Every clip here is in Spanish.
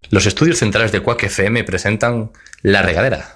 Los estudios centrales de Quack FM presentan La Regadera.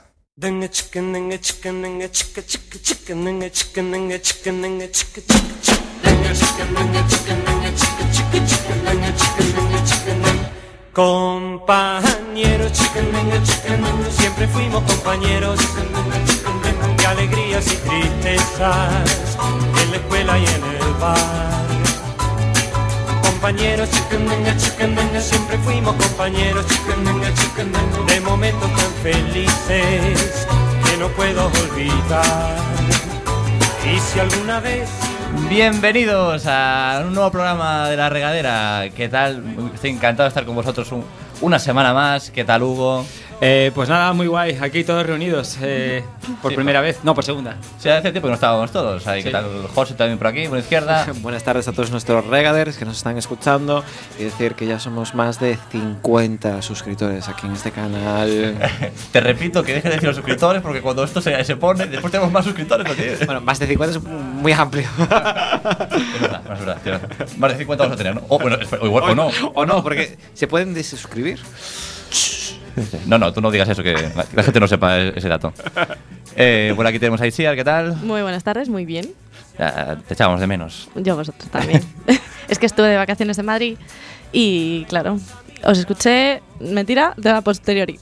Compañeros, siempre fuimos compañeros de alegrías y tristezas, en la escuela y en el bar. Compañeros, siempre fuimos compañeros de momentos tan felices que no puedo olvidar. Y si alguna vez... Bienvenidos a un nuevo programa de La Regadera. ¿Qué tal? Estoy encantado de estar con vosotros una semana más. ¿Qué tal, Hugo? Pues nada, muy guay. Aquí todos reunidos por primera vez. No, por segunda. Sí, hace tiempo que no estábamos todos. ¿Qué tal? José también por aquí, por la izquierda. Buenas tardes a todos nuestros regaders que nos están escuchando. Y decir que ya somos más de 50 suscriptores aquí en este canal. Te repito que dejes de decir los suscriptores porque cuando esto se pone, después tenemos más suscriptores. ¿No? Bueno, más de 50 es muy amplio. Es verdad. Más de 50 vamos a tener, ¿no? O igual o no. O no, porque se pueden desuscribir. No, tú no digas eso, que la gente no sepa ese dato. Por aquí tenemos a Itziar, ¿qué tal? Muy buenas tardes, muy bien. Te echábamos de menos. Yo vosotros también. Es que estuve de vacaciones en Madrid y, claro, os escuché, mentira, de la posteriori.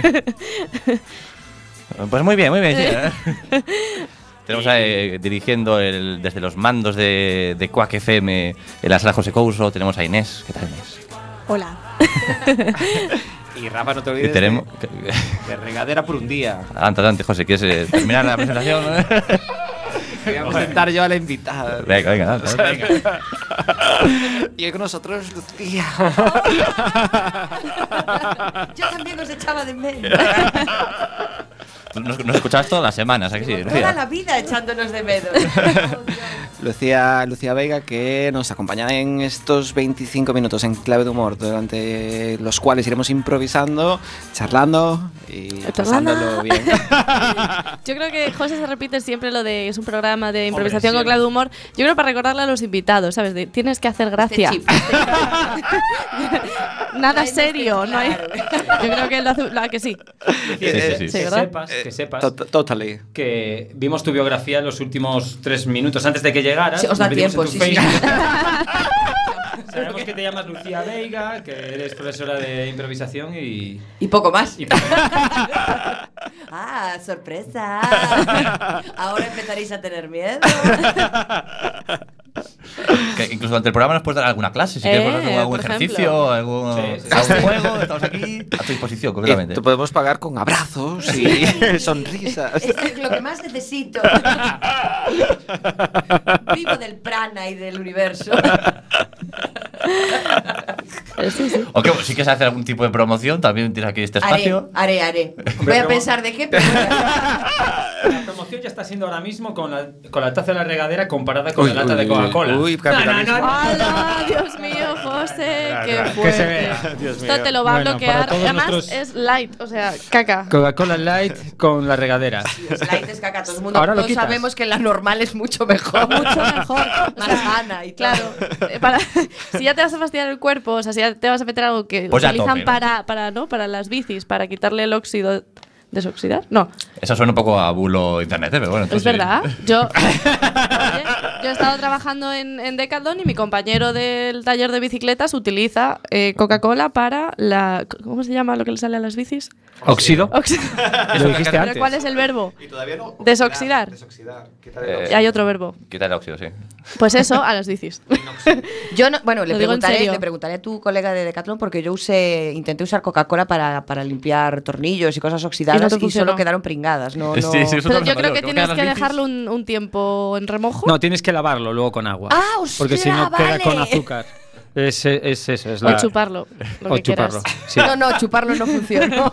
Pues muy bien, sí. Tenemos dirigiendo desde los mandos de Quack FM en la sala José Couso, tenemos a Inés. ¿Qué tal, Inés? Hola. Y Rafa, no te olvides de regadera por un día. Adelante, José, ¿quieres terminar la presentación? Voy a presentar yo a la invitada. Venga. Y hoy con nosotros Lucía. Yo también os echaba de menos. Nos escuchabas todas las semanas, ¿a que sí, Lucía? Toda la vida echándonos de menos. Lucía Veiga, que nos acompaña en estos 25 minutos en clave de humor, durante los cuales iremos improvisando, charlando y pasándolo bien. Yo creo que José se repite siempre lo de es un programa de improvisación con clave de humor. Yo creo para recordarle a los invitados, ¿sabes? Tienes que hacer gracia. Nada serio, no hay. Yo creo que lo hace, que sí. Sí, ¿verdad? Que sepas Totally. que vimos tu biografía en los últimos 3 minutos antes de que llegaras. Sí, os da tiempo, en tu sí. Facebook. Sabemos que te llamas Lucía Veiga, que eres profesora de improvisación y poco más. y poco más. ¡Ah, sorpresa! Ahora empezaréis a tener miedo. Que incluso durante el programa nos puedes dar alguna clase, si quieres hacer algún ejercicio, algún juego, estamos aquí a tu disposición completamente. Te podemos pagar con abrazos y sonrisas. Es lo que más necesito. Vivo del prana y del universo. Sí. O que si quieres hacer algún tipo de promoción, también tienes aquí este espacio. Haré. Voy a pensar de qué, pero La promoción ya está siendo ahora mismo con la taza de La Regadera comparada con la lata de Coca-Cola. Capitalismo. ¡Hala! Dios mío, José, qué fuerte. Que se vea. Dios mío. Esto te lo va a Bueno, bloquear. para todos Además nuestros- es light, o sea, caca. Coca-Cola Light con La Regadera. Light es caca. Todo el mundo, Ahora lo todos quitas. sabemos que la normal es mucho mejor. Mucho mejor. Más sana y todo. Claro. Si ya te vas a fastidiar el cuerpo, o sea, si ya te vas a meter algo que Pues ya utilizan tope, ¿no? para las bicis, para quitarle el óxido. ¿Desoxidar? No. Eso suena un poco a bulo internet, pero bueno. Es entonces, verdad. Yo he estado trabajando en Decathlon y mi compañero del taller de bicicletas utiliza Coca-Cola para la... ¿Cómo se llama lo que le sale a las bicis? ¿Óxido? Óxido. Lo dijiste ¿Pero antes. cuál es el verbo? Y todavía no. Desoxidar. Hay otro verbo. Quitar el óxido, sí. Pues eso, a las bicis. Yo no, bueno, Lo digo en serio. le preguntaré a tu colega de Decathlon porque yo intenté usar Coca-Cola para limpiar tornillos y cosas oxidadas Y no te y funcionó. solo quedaron pringadas. No. Sí, eso Pero es yo otra creo cosa. que ¿Cómo tienes quedan que las bicis? dejarlo un tiempo en remojo. No, tienes que lavarlo luego con agua. ¡Ah, ostras! Porque si no queda vale! con azúcar. Es eso, es O chuparlo. Lo O que chuparlo. quieras. Sí. No, chuparlo no funcionó.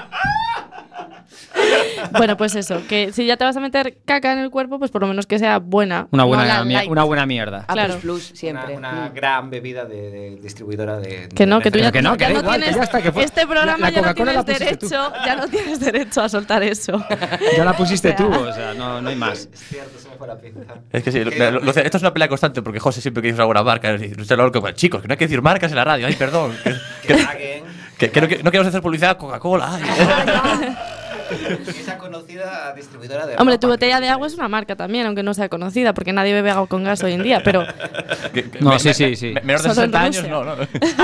Bueno, pues eso, que si ya te vas a meter caca en el cuerpo, pues por lo menos que sea buena. Una no buena, la light. una buena mierda. Claro. Plus siempre. Una gran bebida de distribuidora de. Que no, que tú ya, que no, que ya da no igual, que tienes. ya está, que fue- este programa la ya no Coca-Cola tienes la pusiste tú. derecho, ya no tienes derecho a soltar eso. Ya la pusiste O sea. tú, o sea, no hay más. Es cierto, se me fue la pinza. Es que sí, esto es una pelea constante porque José siempre que dice alguna marca, dice, chicos, que no hay que decir marcas en la radio, ay, perdón. Que paguen. No queremos hacer publicidad a Coca-Cola. Ay. Esa conocida distribuidora de Hombre, ropa. tu botella de agua es una marca también, aunque no sea conocida, porque nadie bebe agua con gas hoy en día, pero No, sí. Menor de Solo en 60 años, Rusia. no.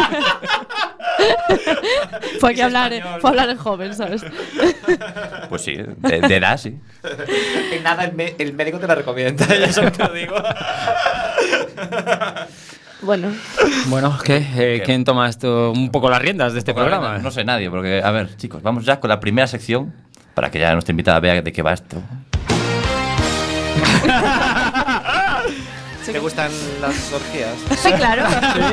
fue hablar el joven, ¿sabes? Pues sí, de edad, sí. En nada, el médico te la recomienda, ya eso te lo digo. Bueno, Bueno, ¿qué? ¿Quién toma esto un poco las riendas de este programa? No sé nadie, porque, a ver, chicos, vamos ya con la primera sección para que ya nuestra invitada vea de qué va esto. ¿Te gustan las orgías? Sí, claro.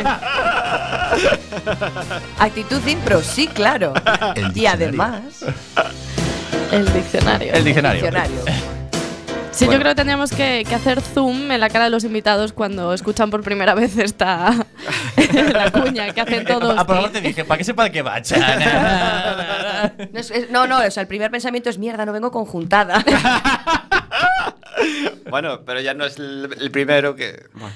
Actitud impro, sí, claro. Y además, el diccionario. El diccionario. Sí, Bueno. yo creo que tendríamos que hacer zoom en la cara de los invitados cuando escuchan por primera vez esta la cuña que hacen todos. Por favor, te dije, para que sepa de qué va. No, o sea, el primer pensamiento es mierda, no vengo conjuntada. Bueno, pero ya no es el primero que... Bueno.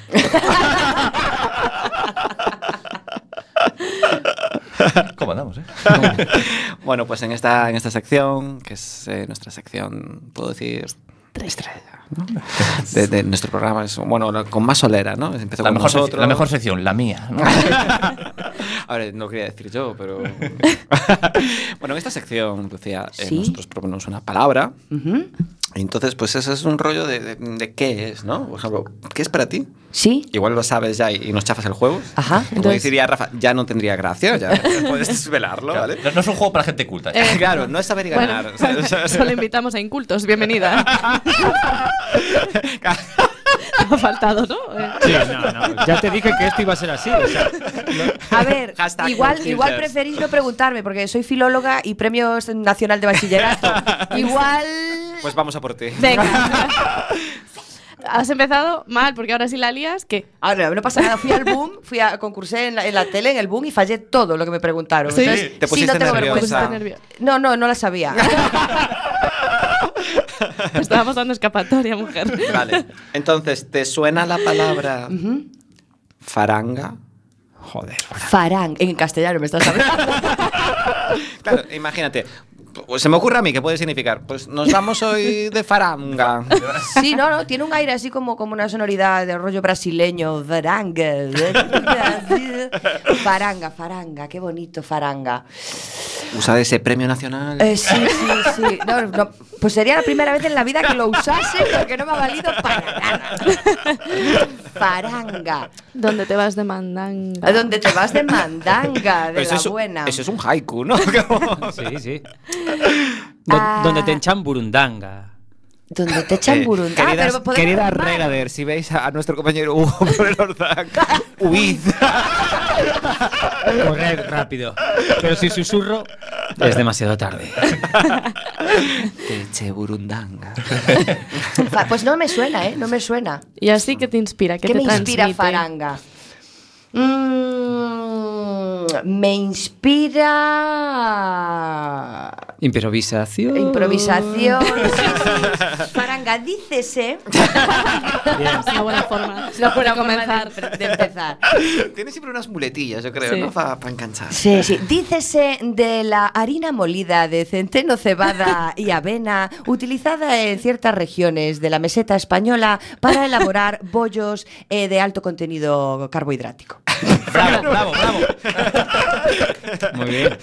¿Cómo andamos, Bueno, pues en esta sección, que es nuestra sección, puedo decir, estrella, ¿no? de nuestro programa, es, bueno, con más solera, ¿no? Empezó La con mejor, nosotros. la mejor sección, la mía, ¿no? Ahora, no quería decir yo, pero... Bueno, en esta sección, Lucía, ¿Sí? nosotros proponemos una palabra. Ujú. Y entonces, pues ese es un rollo de qué es, ¿no? Por ejemplo, ¿qué es para ti? Sí. Igual lo sabes ya y nos chafas el juego. Ajá. Como Entonces- diría Rafa, ya no tendría gracia, ya puedes desvelarlo, ¿vale? No es un juego para gente culta. Claro, no es saber y Bueno, ganar. O sea, solo invitamos a incultos, bienvenida. Ha faltado, ¿no? Sí, no. Ya te dije que esto iba a ser así. O sea, A ver, Hashtag igual filters. preferís no preguntarme, porque soy filóloga y premio nacional de bachillerato. Igual. Pues vamos a por ti. Venga. Has empezado mal, porque ahora sí la lías, ¿qué? Ahora, no pasa nada. Fui al boom, concursé en la tele, en el boom, y fallé todo lo que me preguntaron. ¿Sí? Entonces, Te pusiste no tengo nerviosa. vergüenza. No la sabía. Te estábamos dando escapatoria, mujer. Vale. Entonces, ¿te suena la palabra faranga? joder. Farang, en castellano me estás hablando. Claro, imagínate. Pues se me ocurre a mí, ¿qué puede significar? Pues nos vamos hoy de faranga. Sí, no, tiene un aire así como una sonoridad de rollo brasileño. Faranga. Faranga, qué bonito, faranga. Usa ese premio nacional. Sí. No, pues sería la primera vez en la vida que lo usase porque no me ha valido para nada. Faranga. ¿Dónde te vas de mandanga? ¿A dónde te vas de mandanga? De Eso la es- buena. Eso es un haiku, ¿no? Sí. Ah. Donde te enchan burundanga. Donde te echan burundanga. Queridas, podemos querida rimar. Regader, si veis a nuestro compañero Hugo por el Orzac, huid. Corred rápido. Pero si susurro, es demasiado tarde. Te eche burundanga. Pues no me suena, ¿eh? No me suena. ¿Y así qué te inspira? ¿Qué ¿Qué te me inspira transmite? faranga? Me inspira Improvisación. improvisación. Sí. Faranga, dícese. Es una buena forma. Es una buena de comenzar. forma de empezar. Tiene siempre unas muletillas, yo creo, Sí. ¿no? Para enganchar. Sí. Dícese de la harina molida de centeno, cebada y avena, utilizada en ciertas regiones de la meseta española para elaborar bollos de alto contenido carbohidrático. Bravo. Muy bien.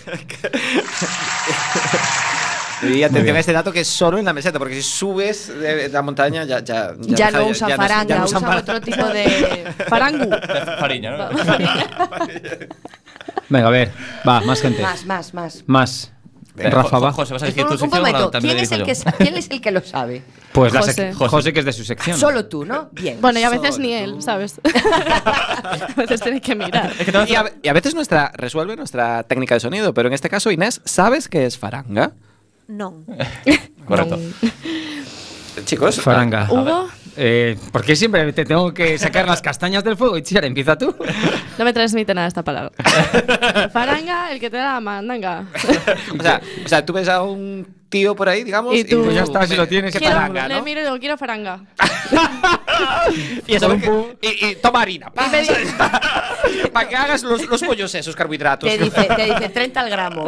Y atención bien. a este dato que es solo en la meseta, porque si subes de la montaña ya Ya no usan faranga, ya no usan faranga. otro tipo de... Farangu. Fariña, ¿no? Venga, a ver. Va, más gente. Más. Rafa va. José, ¿vas a decir Un tu sección momento, o también ¿quién la es, el dirijo que, yo? ¿quién es el que lo sabe? Pues José. José, que es de su sección. Solo tú, ¿no? Bien. Bueno, y a veces Solo ni tú. él, ¿sabes? a veces tiene que mirar. Y a veces resuelve nuestra técnica de sonido, pero en este caso, Inés, ¿sabes qué es faranga? No. Correcto. Chicos, Faranga. Hugo, ¿Por qué siempre te tengo que sacar las castañas del fuego? Itziar, empieza tú. no me transmite nada esta palabra. Faranga, el que te da la mandanga. o sea, tú ves a un tío por ahí, digamos, Y tú- Pues ya está, si lo tienes. ¿Qué Quiero- faranga, le no? miro y digo, quiero faranga. Y, eso, y toma harina. Y me dice, Para que hagas los bollos esos carbohidratos. Te dice 30 al gramo.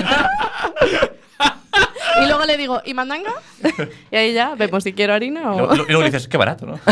Y luego le digo, ¿y mandanga? Y ahí ya vemos si quiero harina o... Y luego dices, qué barato, ¿no?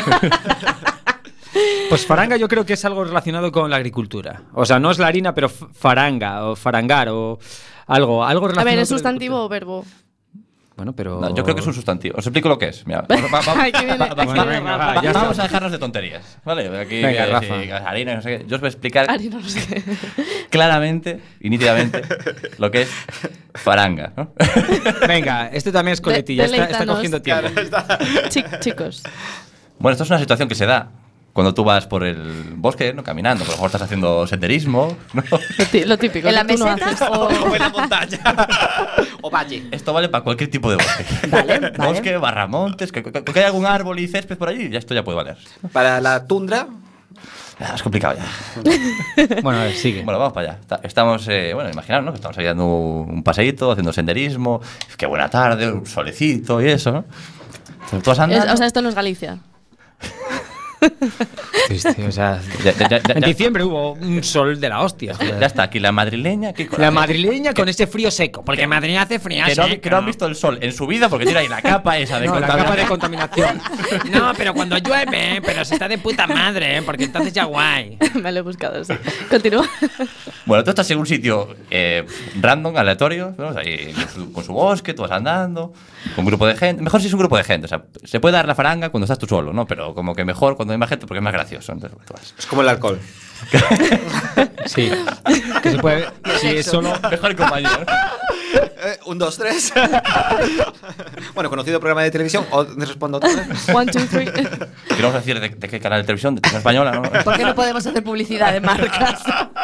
Pues faranga yo creo que es algo relacionado con la agricultura. O sea, no es la harina, pero faranga o farangar o algo relacionado. A ver, ¿es con la sustantivo o agricultura. verbo? Bueno, pero... No, yo creo que es un sustantivo. Os explico lo que es. Mira, Ay, que viene- Bueno, venga, va, ya vamos está. a dejarnos de tonterías. ¿Vale? Aquí, Venga, que Rafa. sí, harina, no sé qué. Yo os voy a explicar Harina, no sé. claramente y nítidamente lo que es faranga, ¿no? Venga, este también es coletilla, está deleítanos. cogiendo tiempo. Chicos. Bueno, esto es una situación que se da cuando tú vas por el bosque, ¿no? Caminando, por lo mejor estás haciendo senderismo, ¿no? Lo típico. ¿En la que tú no meseta? haces. O en la montaña. O valle. Esto vale para cualquier tipo de bosque. Vale. Bosque, barramontes, que hay algún árbol y césped por allí, ya esto ya puede valer. Para la tundra. Es complicado ya. Bueno, a ver, sigue. Bueno, vamos para allá. Estamos, bueno, imaginaos, ¿no? Que estamos ahí dando un paseíto, haciendo senderismo. Qué buena tarde, un solecito y eso, ¿no? Entonces, tú vas andando. O sea, esto no es Galicia. Triste, o sea, Ya en diciembre hubo un sol de la hostia. joder. está aquí la madrileña. Aquí con La madrileña con ese frío seco, porque en Madrid hace frío seco. que no han visto el sol en su vida porque tiene ahí la capa esa de No, la contaminación. capa de contaminación. No, pero cuando llueve, pero se está de puta madre, porque entonces ya guay. Me lo he buscado, sí. Continúa. Bueno, tú estás en un sitio random, aleatorio, ¿no? Ahí con su bosque, tú vas andando, con un grupo de gente. Mejor si es un grupo de gente, o sea, se puede dar la faranga cuando estás tú solo, ¿no? Pero como que mejor cuando hay más gente porque es más gracioso. Entonces, tú vas. Es como el alcohol. Sí. Que se puede. Si es solo. Mejor compañero. 1, 2, 3. Bueno, conocido programa de televisión. O respondo otra vez. 1, 2, 3. Queremos decir de qué canal de televisión, de televisión española, ¿no? ¿Por qué no podemos hacer publicidad de marcas?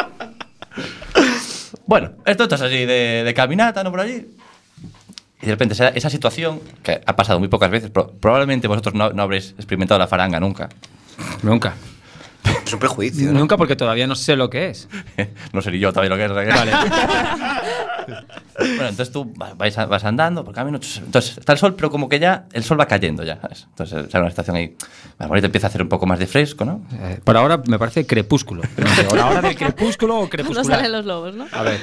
Bueno, esto estás así de caminata, ¿no? Por allí. Y de repente esa situación, que ha pasado muy pocas veces, probablemente vosotros no habréis experimentado la faranga nunca. Nunca. Es un prejuicio, ¿no? Nunca, porque todavía no sé lo que es. No sé ni yo todavía lo que es. Vale. Bueno, entonces tú vas andando por camino. Entonces está el sol, pero como que ya el sol va cayendo ya, ¿sabes? Entonces sale una estación ahí. Más bonita, empieza a hacer un poco más de fresco, ¿no? Por ahora me parece crepúsculo. No sé, o la hora del crepúsculo o No crepuscular. salen los lobos, ¿no? A ver.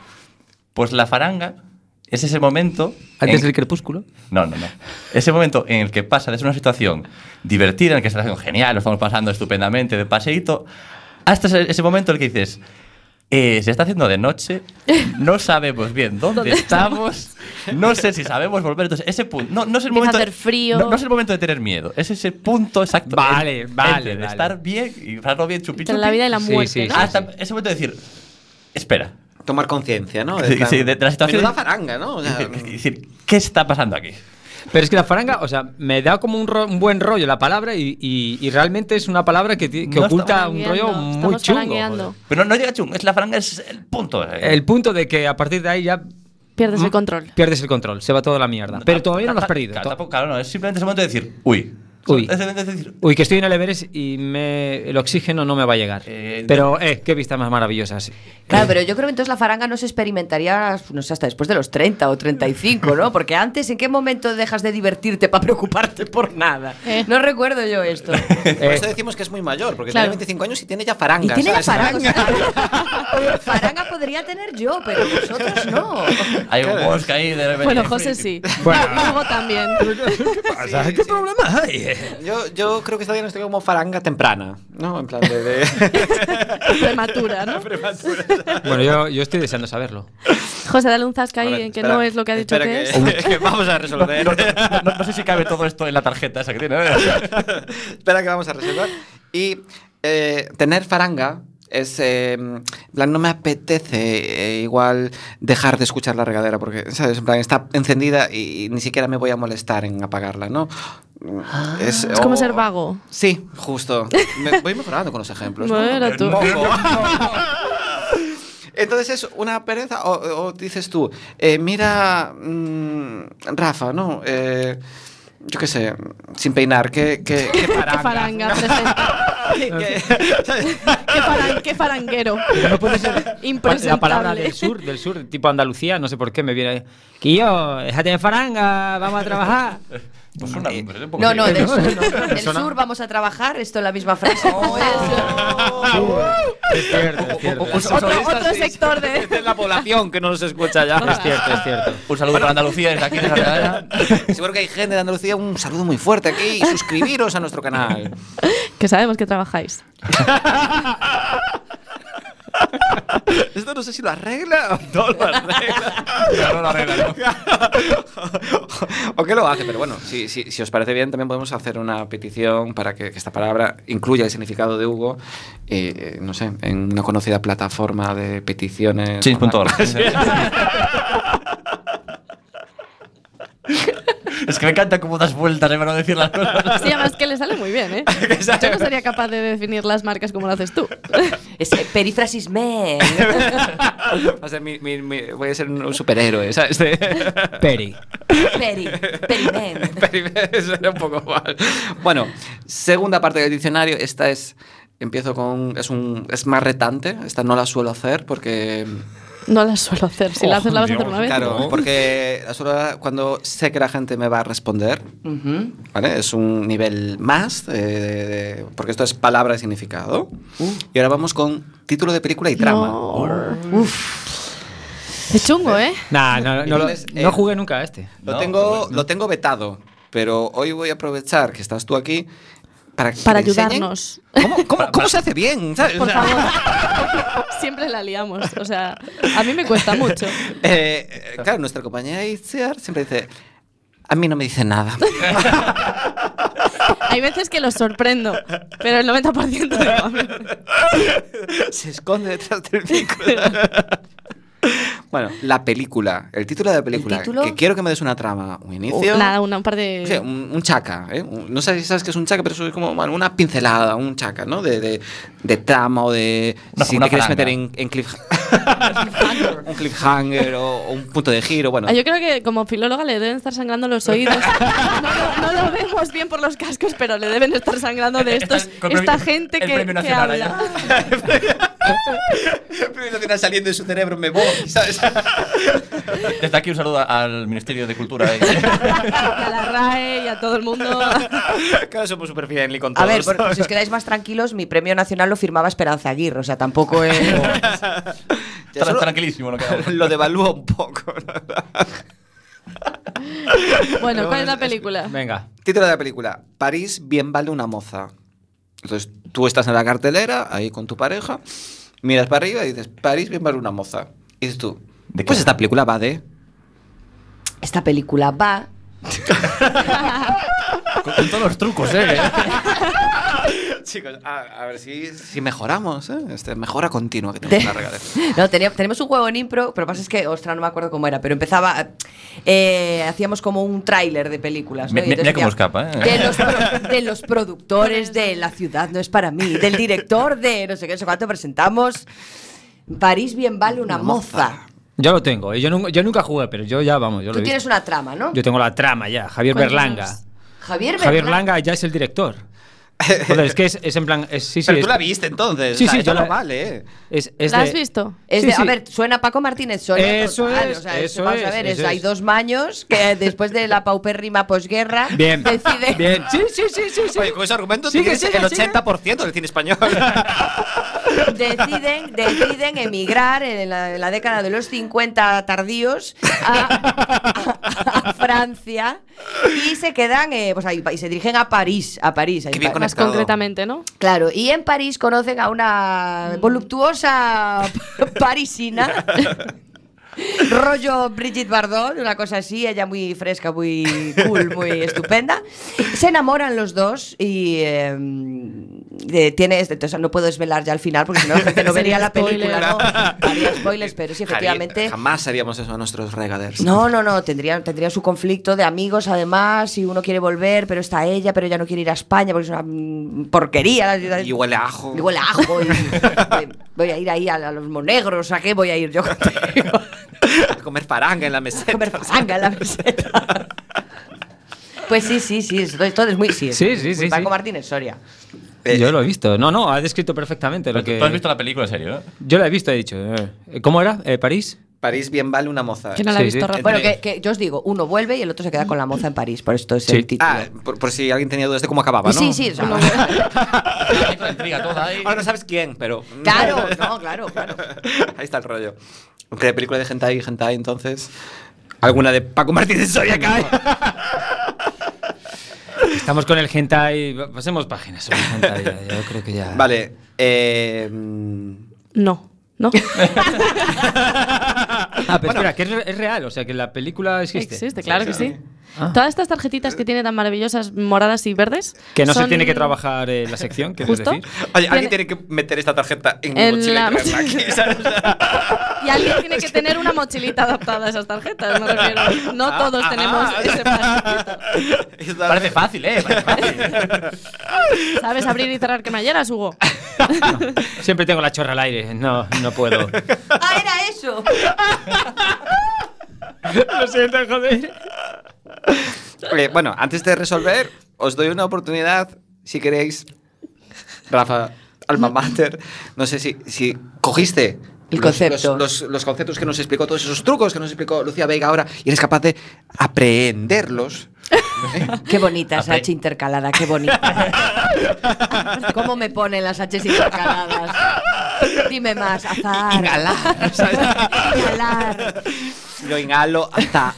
Pues la faranga es ese momento. ¿Antes del crepúsculo? No. Ese momento en el que pasa de ser una situación divertida, en el que es una situación genial, lo estamos pasando estupendamente de paseíto, hasta ese momento en el que dices. Se está haciendo de noche, no sabemos bien dónde estamos, no sé si sabemos volver. Entonces, ese punto. No es el Empieza momento. a hacer frío. No es el momento de tener miedo, es ese punto exacto. Vale, entre de vale. estar bien y pasarlo bien chupi Entre la vida y la Sí, muerte, sí, ¿no? sí. Hasta ese momento de decir, espera. Tomar conciencia, ¿no? Sí, de la situación. Menuda faranga, ¿no? O sea, Es decir, ¿qué está pasando aquí? Pero es que la faranga, o sea, me da como un buen rollo la palabra y realmente es una palabra que No oculta un rollo Farangueando, muy estamos chungo. farangueando. joder. Pero no llega chungo, es la faranga, es el punto. El punto de que a partir de ahí ya Pierdes el control. pierdes el control, se va toda la mierda. Pero todavía no lo has perdido. Claro, tampoco, claro, no, es simplemente ese momento de decir, uy. Uy. Es decir, Uy, que estoy en el Everest y el oxígeno no me va a llegar. Pero, qué vista más maravillosa. Sí. Claro, pero yo creo que entonces la faranga no se experimentaría, no sé, hasta después de los 30 o 35, ¿no? Porque antes, ¿en qué momento dejas de divertirte para preocuparte por nada? No recuerdo yo esto. por eso decimos que es muy mayor, porque Claro. tiene 25 años y tiene ya faranga. Y tiene ya ¿sabes? faranga. Faranga podría tener yo, pero vosotros no. hay un bosque ahí de Bueno, José sí. Bueno. Luego también. ¿Qué problema hay? Yo creo que esta estoy como faranga temprana, ¿no? En plan de... Prematura, ¿no? Bueno, yo estoy deseando saberlo. José, dale un zasca A ahí ver, en que espera, no es lo que ha dicho espera que es. que vamos a resolver. No sé si cabe todo esto en la tarjeta esa que tiene. Espera que vamos a resolver. Y tener faranga es, en plan, no me apetece igual dejar de escuchar la regadera porque, ¿sabes? En plan, está encendida y ni siquiera me voy a molestar en apagarla, ¿no? Es como ser vago. Sí, justo. Voy mejorando con los ejemplos. ¿no? Bueno, tú. Un poco. Entonces es una pereza, o dices tú, mira, Rafa, ¿no? Yo qué sé, sin peinar, ¿qué faranga? Qué faranga presenta. Qué faranguero. No puede ser Impresentable. la palabra del sur, tipo Andalucía, no sé por qué me viene. Que yo, déjate de faranga, vamos a trabajar. Pues un poco No, sí. del sur. Del sur vamos a trabajar, esto es la misma frase. Es cierto, es cierto. Otro sector de. Es la población que no nos escucha ya. Es cierto, es cierto. Un saludo para Andalucía desde aquí. Desde la regadera. Seguro que hay gente de Andalucía. Un saludo muy fuerte aquí y suscribiros a nuestro canal. Que sabemos que trabajáis. Esto no sé si lo arregla o no lo arregla. No lo arregla, ¿no? O que lo hace, pero bueno, si os parece bien, también podemos hacer una petición para que esta palabra incluya el significado de Hugo, no sé, en una conocida plataforma de peticiones. Change.org. Es que me encanta cómo das vueltas para no decir las cosas. Sí, además que le sale muy bien, ¿eh? Yo no sería capaz de definir las marcas como lo haces tú. Es perífrasis man. O sea, voy a ser un superhéroe, ¿sabes? Peri. Periman. Eso era un poco mal. Bueno, segunda parte del diccionario. Esta es. Empiezo con. Es más retante. Esta no la suelo hacer porque. No la suelo hacer. Si la haces, la vas a hacer una vez. Claro, porque la suelo cuando sé que la gente me va a responder. ¿Vale? Es un nivel más. Porque esto es palabra de significado. Y ahora vamos con título de película y trama. No. Es chungo, ¿eh? No jugué nunca a este. Lo tengo vetado. Pero hoy voy a aprovechar que estás tú aquí. Para que ayudarnos. ¿Cómo se hace bien? ¿Sabes? Por favor. Siempre la liamos. O sea, a mí me cuesta mucho. Claro, nuestra compañera Itziar siempre dice: a mí no me dice nada. Hay veces que los sorprendo, pero el 90% se esconde detrás del micro. Bueno, la película, el título de la película, ¿El título? que quiero que me des una trama, un inicio. Un par de. Sí, un chaca, ¿eh? No sé si sabes qué es un chaca, pero es como bueno, una pincelada, un chaca, ¿no? De trama o de. Si una te quieres faranga. meter en un cliffhanger o un punto de giro, bueno. Yo creo que como filóloga le deben estar sangrando los oídos. No lo vemos bien por los cascos, pero le deben estar sangrando de esta gente que habla. Pero lo tiene saliendo de su cerebro, me voy, ¿sabes? Desde aquí un saludo al Ministerio de Cultura. A la RAE y a todo el mundo. Claro, somos súper friendly con todos. A ver, porque si os quedáis más tranquilos, mi premio nacional lo firmaba Esperanza Aguirre, o sea, tampoco es. Tranquilísimo lo que hago. Lo devalúo un poco. Bueno, ¿cuál es la película? Venga. Título de la película: París bien vale una moza. Entonces tú estás en la cartelera, ahí con tu pareja, miras para arriba y dices: París bien vale una moza. Y dices tú: pues esta película va de. Esta película va. Con todos los trucos, Chicos, a ver si mejoramos, ¿eh? Mejora continua que tenemos en la regadera. No, tenemos un juego en impro, pero lo que pasa es que, ostras, no me acuerdo cómo era, pero empezaba. Hacíamos como un tráiler de películas, ¿no? Mira cómo escapa, ¿eh? De los productores de La ciudad no es para mí, del director de no sé qué, no sé cuánto, presentamos París bien vale una moza. Yo lo tengo. Yo nunca jugué, pero yo ya, vamos, yo lo Tú he tienes visto. una trama, ¿no? Yo tengo la trama ya. Javier Berlanga. Javier Berlanga ya es el director. Joder, es que es en plan. Sí, Pero es, tú la viste entonces. Sí, o sea, sí, eso yo no la vale, ¿eh? ¿La has visto? Es Sí, de, sí. A ver, suena Paco Martínez Soria. Eso total, es, o sea, eso vamos es, a ver, eso hay es. 2 maños que después de la paupérrima posguerra Bien. deciden. Bien. Sí. Oye, con ese argumento Sigue, tienes sigue, el sigue. 80% del cine español. Deciden emigrar en la década de los 50 tardíos a Francia y se quedan pues ahí, y se dirigen a París. Ahí Qué bien en París. Más conectado. concretamente, ¿no? Claro, y en París conocen a una voluptuosa parisina. Rollo Brigitte Bardot, una cosa así, ella muy fresca, muy cool, muy estupenda. Se enamoran los dos y entonces no puedo desvelar ya al final porque si no la gente no vería la película, ¿no? Haría spoilers, pero sí, efectivamente. Jamás haríamos eso a nuestros regaders. No, tendría su conflicto de amigos, además, si uno quiere volver, pero está ella, pero ella no quiere ir a España porque es una porquería la ciudad. Y huele a ajo. Y huele a ajo. Y voy a ir ahí a los monegros, ¿a qué voy a ir yo contigo? A comer faranga en la meseta. A comer fasanga en la meseta. Pues sí, todo es muy... Sí, muy Paco Martínez Soria. Yo lo he visto. No, ha descrito perfectamente lo que. ¿Tú has visto la película en serio? Yo la he visto, he dicho. ¿Cómo era? ¿París? París bien vale una moza. Que no la he Sí, visto, sí. Rafa. Bueno, que yo os digo, uno vuelve y el otro se queda con la moza en París, por esto es el título. Por si alguien tenía dudas de cómo acababa, ¿no? Sí, o sea, La intriga toda ahí. Ahora no sabes quién, pero... claro, claro. Ahí está el rollo. ¿Qué película de hentai, entonces? ¿Alguna de Paco Martínez Soria cae? Estamos con el hentai. Pasemos páginas sobre el hentai. Yo creo que ya. Vale. No. Pero espera, que es real, o sea, que la película existe. Existe, claro que sí. Ah. Todas estas tarjetitas que tiene tan maravillosas, moradas y verdes. Que no se son- tiene que trabajar la sección, ¿quieres ¿Justo? decir? Oye, alguien tiene que meter esta tarjeta en mi En mochila la y traerla aquí, ¿sabes? Y alguien tiene que tener una mochilita adaptada a esas tarjetas, me refiero. No todos tenemos ese plastiquito. Parece fácil, Parece fácil. ¿Sabes abrir y cerrar cremalleras, Hugo? Siempre tengo la chorra al aire, no puedo. ¡Ah, era eso! Lo siento, joder. Bueno, antes de resolver, os doy una oportunidad, si queréis, Rafa, alma mater, no sé si cogiste El concepto. los conceptos que nos explicó, todos esos trucos que nos explicó Lucía Veiga ahora, y eres capaz de aprehenderlos. Qué bonita esa H intercalada, qué bonita. ¿Cómo me ponen las H's intercaladas? Dime más, azar. Inhalar, ¿sabes? Inhalar. Lo inhalo hasta...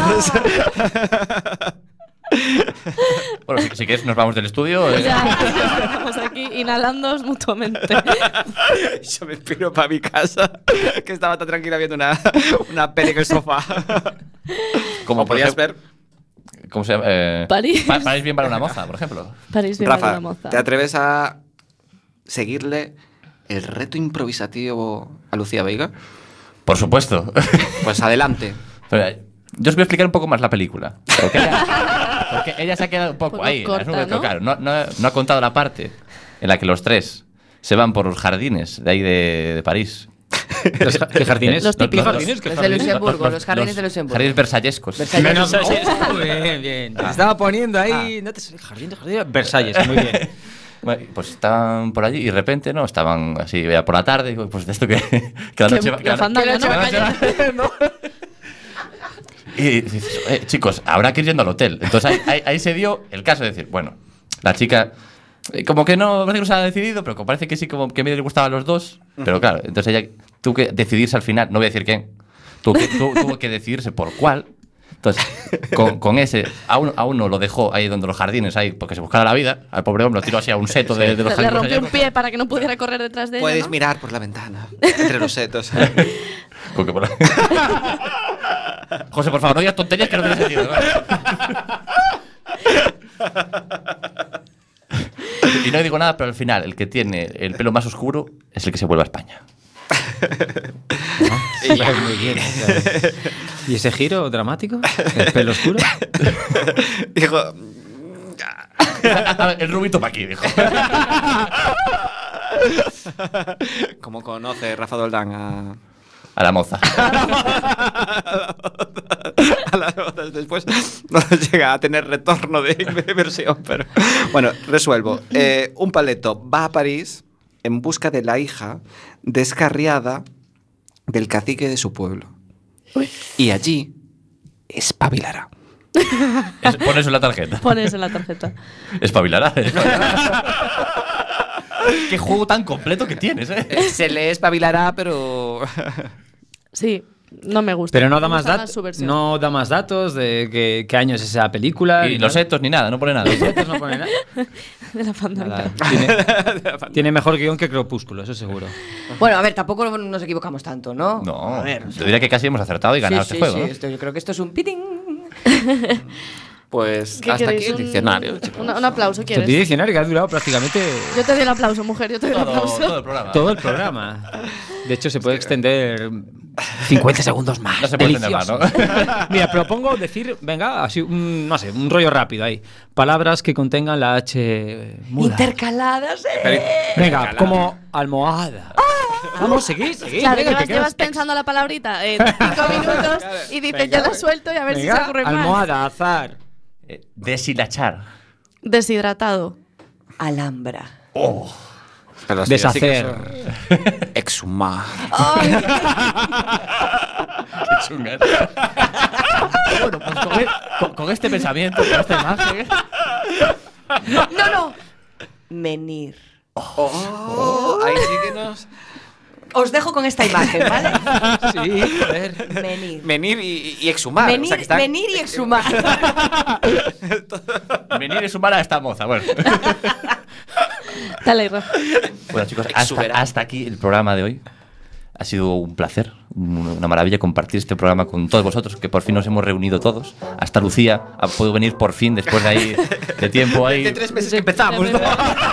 Bueno, si quieres nos vamos del estudio. Ya estamos aquí inhalando mutuamente. Yo me piro para mi casa, que estaba tan tranquila viendo una peli en el sofá. Como por podías ejemplo, ver, ¿Cómo se llama? París. París bien para una moza, por ejemplo. París bien Rafa, la moza. ¿te atreves a seguirle el reto improvisativo a Lucía Veiga? Por supuesto. Pues adelante. Pero, yo os voy a explicar un poco más la película. Porque ella se ha quedado un poco Poco ahí. en corta, las nubes, pero ¿no? claro, no ha contado la parte en la que los tres se van por los jardines de ahí de París. ¿Qué jardines? Los ¿Qué típicos. jardines? ¿Qué Los de jardines? Luxemburgo, los jardines de Luxemburgo. Jardines versallescos. Menos bien. Te estaba poniendo ahí. No te jardines, Versalles, muy bien. Bueno, pues estaban por allí y de repente, ¿no? Estaban así ya por la tarde. Digo, pues de esto que la noche va. La fandanga, ¿no? Y dices, chicos, habrá que ir yendo al hotel. Entonces ahí se dio el caso de decir, bueno, la chica como que no, parece que no se ha decidido, pero como parece que sí, como que a mí le gustaban los dos. Pero claro, entonces ella tuvo que decidirse al final, no voy a decir quién, tuvo que decidirse por cuál. Entonces, con ese, a uno lo dejó ahí donde los jardines, ahí, porque se buscara la vida. Al pobre hombre lo tiró así a un seto de los Le jardines. rompió un pie para que no pudiera correr detrás de ella, Puedes ¿no? mirar por la ventana, entre los setos. Porque por José, por favor, no digas tonterías que no tienen sentido. Y no digo nada, pero al final, el que tiene el pelo más oscuro es el que se vuelve a España. Muy bien. ¿Y ese giro dramático? ¿El pelo oscuro? Dijo... A ver, el rubito para aquí, dijo. ¿Cómo conoce Rafa Doldán A la moza. a las bodas? Después no llega a tener retorno de versión, pero... Bueno, resuelvo. Un paleto va a París en busca de la hija descarriada del cacique de su pueblo. Y allí espabilará. Pon eso en la tarjeta. Pones en la tarjeta. Espabilará. Qué juego tan completo que tienes, Se le espabilará, pero... Sí, no me gusta. Pero no da Me más gusta datos. su versión. No da más datos de qué año es esa película. Y los setos ni nada, no pone nada. Los setos no pone nada. De la fandanga. Nada. Tiene mejor guión que Crepúsculo, eso seguro. Bueno, a ver, tampoco nos equivocamos tanto, ¿no? No, A ver, yo diría que casi hemos acertado y ganado este juego. ¿no? yo creo que esto es un pitín. Pues ¿Qué hasta aquí queréis? el diccionario, chicos. Un aplauso, Este ¿quieres? diccionario que ha durado prácticamente Yo te doy el aplauso, mujer, yo te doy el aplauso. Todo el programa. todo el programa. De hecho, se puede extender 50 segundos más. No se puede extender más, Delicioso. Mira, propongo decir, venga, así, no sé, un rollo rápido ahí. Palabras que contengan la H muda. Intercaladas, Venga, como almohada. Vamos, seguid. Claro, venga, que llevas quedas- pensando la palabrita 5 minutos y dices, yo la suelto y a ver si se Venga, ocurre más. almohada, azar. Deshilachar. Deshidratado. Alhambra. Pero sí, así que Deshacer. eso- Exhumar. chungas. Bueno, pues con este pensamiento, con esta imagen. No. Menir. Ahí sí que nos... Os dejo con esta imagen, ¿vale? Sí, joder. Menir. Venir y exhumar. Venir, o sea, que están... venir y exhumar. Venir y sumar a esta moza. Bueno, Dale, Rafa. bueno chicos, Exuberante. hasta aquí el programa de hoy. Ha sido un placer, una maravilla compartir este programa con todos vosotros, que por fin nos hemos reunido todos. Hasta Lucía ha podido venir por fin, después de ahí de tiempo ahí. De 3 meses que empezamos, ¿no?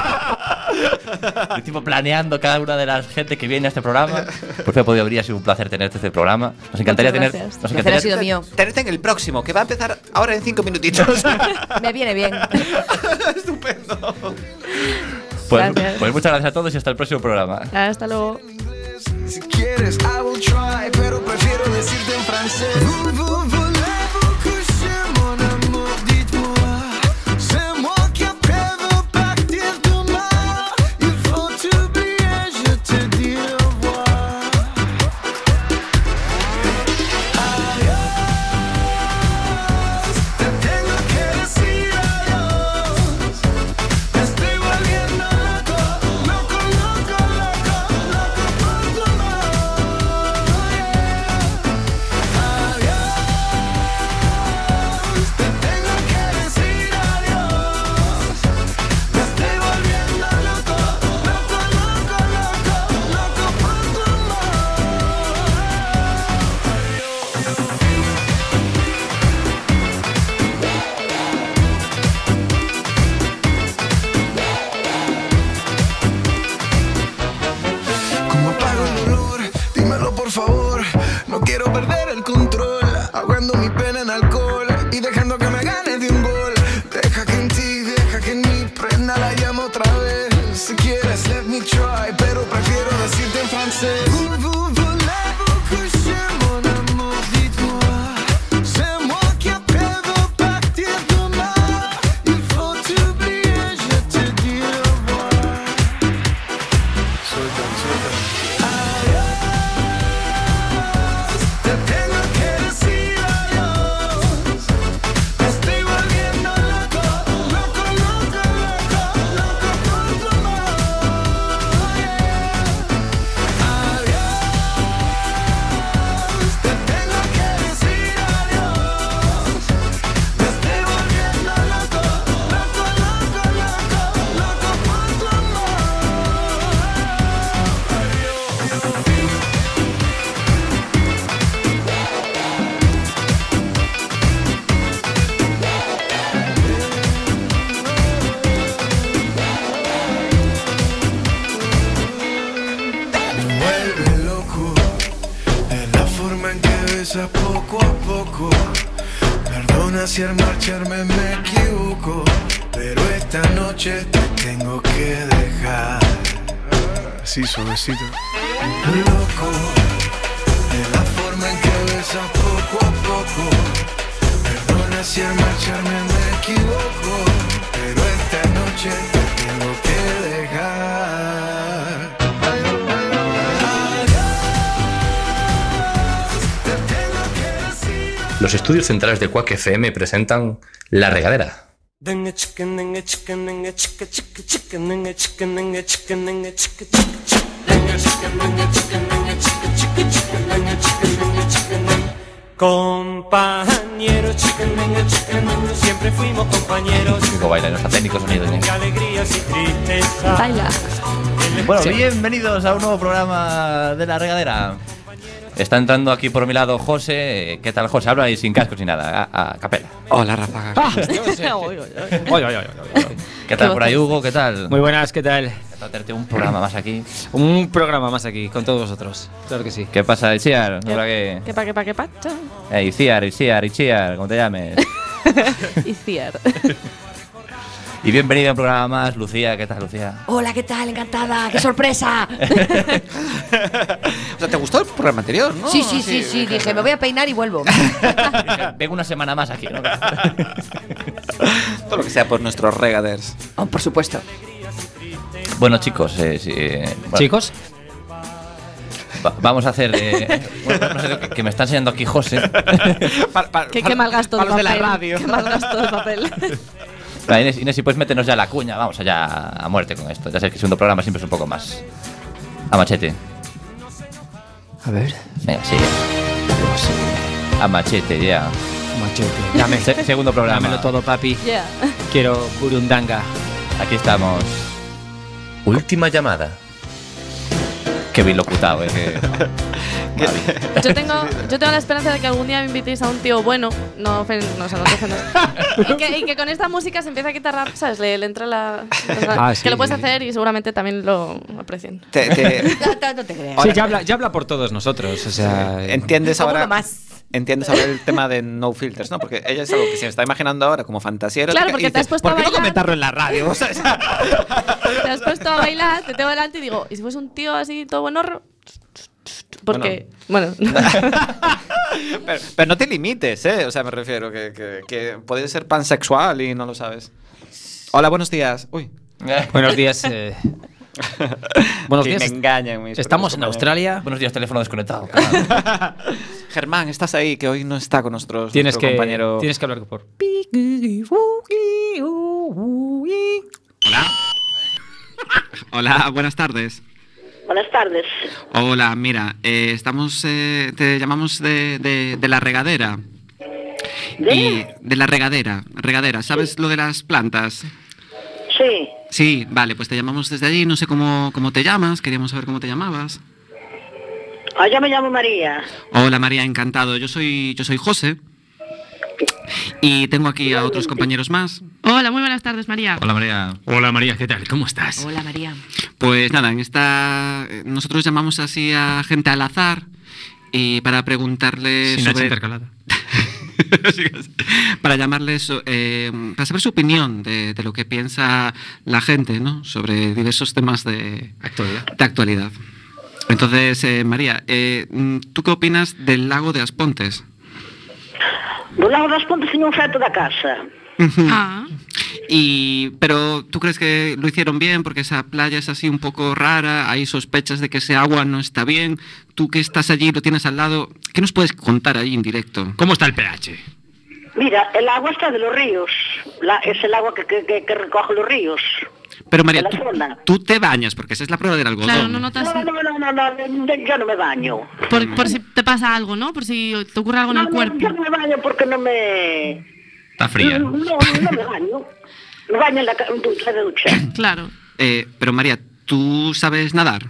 De tiempo planeando cada una de las gente que viene a este programa. Por fin ha podido venir, ha sido un placer tenerte este programa. Nos encantaría Muchas tener. gracias. Nos El placer ha encantaría sido mío. Tenerte en el próximo, que va a empezar ahora en 5 minutitos. Me viene bien. Estupendo. pues, Gracias. pues muchas gracias a todos y hasta el próximo programa. Hasta luego. Si quieres, I will try, pero prefiero decirte en francés. Voulez-vous coucher, mon amour, dites-moi. C'est moi qui préfère partir demain. Il faut t'oublier, je te dis au revoir. Adiós, te tengo que decir adiós. Estoy volviendo loco, loco, loco, loco, loco por tu amor. Adiós, te tengo que decir adiós. Me estoy volviendo loco, loco, loco, loco, loco por tu amor. ¿Cómo apago el dolor? Dímelo por favor. No quiero perder el control. Ahogando mi pena en alcohol y dejando que me gane de un gol. Deja que en ti, deja que en mí prenda la llama otra vez. Si quieres, let me try, pero prefiero decirte en francés. Voulez-vous coucher, mon amour, dites-moi. C'est moi qui préfère partir demain. Il faut t'oublier, je te dis au revoir. Adiós, te tengo que decir adiós. Me estoy volviendo loco, loco, loco, loco, loco por tu amor. Adiós, te tengo que decir adiós. Me estoy volviendo loco, loco, loco, loco, loco por tu amor. Me vuelve loco de la forma en que besas poco a poco. Perdona si al marcharme me equivoco, pero esta noche te tengo que dejar. Así suavecito. Loco de la forma en que besas poco a poco. Perdona si al marcharme me equivoco, pero esta noche te tengo que dejar. Los estudios centrales de Quack FM presentan La Regadera. Compañeros, siempre fuimos compañeros. Chico baila, no está técnico sonido. De alegrías y tristezas. Baila. Bueno, bienvenidos a un nuevo programa de La Regadera. Está entrando aquí por mi lado José. ¿Qué tal, José? Habla ahí sin cascos ni nada, a capela. Hola, Rafa. ¿Qué tal por ahí, Hugo? ¿Qué tal? Muy buenas, ¿qué tal? Hacerte un programa más aquí. Un programa más aquí con todos vosotros. Claro que sí. ¿Qué pasa, Itziar? ¿Ahora qué? ¿Qué pacha? Itziar, como te llames. Iciar. Y bienvenida a un programa más, Lucía. ¿Qué tal, Lucía? Hola, ¿qué tal? Encantada. ¡Qué sorpresa! O sea, ¿te gustó el programa anterior, no? Sí. Dije, me voy a peinar y vuelvo. Vengo una semana más aquí, ¿no? Todo lo que sea por nuestros regaders. Oh, por supuesto. Bueno, chicos, bueno, Chicos, Vamos a hacer no sé, que me está enseñando aquí José. Qué mal gasto de para los de la papel. radio. Qué mal gasto de papel. Vale, Inés, si puedes meternos ya la cuña, vamos allá a muerte con esto. Ya sabes que el segundo programa siempre es un poco más a machete. A ver. Venga, sí. A machete, ya. Machete. Dame, Segundo programa. dámelo todo, papi. Yeah. Quiero burundanga. Aquí estamos. Última llamada. Qué bien locutado, Yo tengo la esperanza de que algún día me invitéis a un tío bueno. No te ofendas. y que con esta música se empieza a quitar, ¿sabes? Le entra la. Sí, que lo puedes sí. hacer y seguramente también lo aprecien. No te creas. Sí, ya habla por todos nosotros. O sea, ¿Entiendes Como ahora? uno más. Entiendes ahora el tema de no filters, ¿no? Porque ella es algo que se me está imaginando ahora como fantasía erótica. Claro, porque y te has dices, puesto ¿por qué a no bailar? comentarlo en la radio? O sea, Te has puesto a bailar, te tengo delante y digo, ¿y si fuese un tío así todo buenorro? Porque, bueno. pero no te limites, ¿eh? O sea, me refiero que puedes ser pansexual y no lo sabes. Hola, buenos días. Uy. buenos días. Buenos Que días. me engañan mis Estamos en propios Australia. Buenos días, teléfono desconectado. Germán, estás ahí, que hoy no está con nosotros. Tienes nuestro que compañero. hablar por. Hola. Hola, buenas tardes. Buenas tardes. Hola, mira, te llamamos de la regadera. Y de la regadera, ¿sabes lo de las plantas? Sí. Sí, vale, pues te llamamos desde allí, no sé cómo te llamas, queríamos saber cómo te llamabas. Yo me llamo María. Hola María, encantado, yo soy José. Y tengo aquí a otros compañeros más. Hola, muy buenas tardes, María. Hola, María. Hola María, ¿qué tal? ¿Cómo estás? Hola, María. Pues nada, nosotros llamamos así a gente al azar y para preguntarle Sin H sobre... intercalada. para llamarles, para saber su opinión de lo que piensa la gente, ¿no? Sobre diversos temas de actualidad. Entonces, María, ¿tú qué opinas del lago de Aspontes? Do lago das Pontes tiña un feto da casa. Ah. Pero ¿tú crees que lo hicieron bien? Porque esa playa es así un poco rara, hay sospechas de que ese agua no está bien. Tú que estás allí, lo tienes al lado, ¿qué nos puedes contar allí en directo? ¿Cómo está el pH? Mira, el agua está de los ríos. Es el agua que recoge los ríos. Pero María, de la zona. tú te bañas, porque esa es la prueba del algodón. Claro, no notas. No, yo no me baño. Por si te pasa algo, ¿no? Por si te ocurre algo en el cuerpo. Yo no me baño porque no me... Está fría. No me baño. Me baño en la ducha. Claro. Pero María, ¿tú sabes nadar?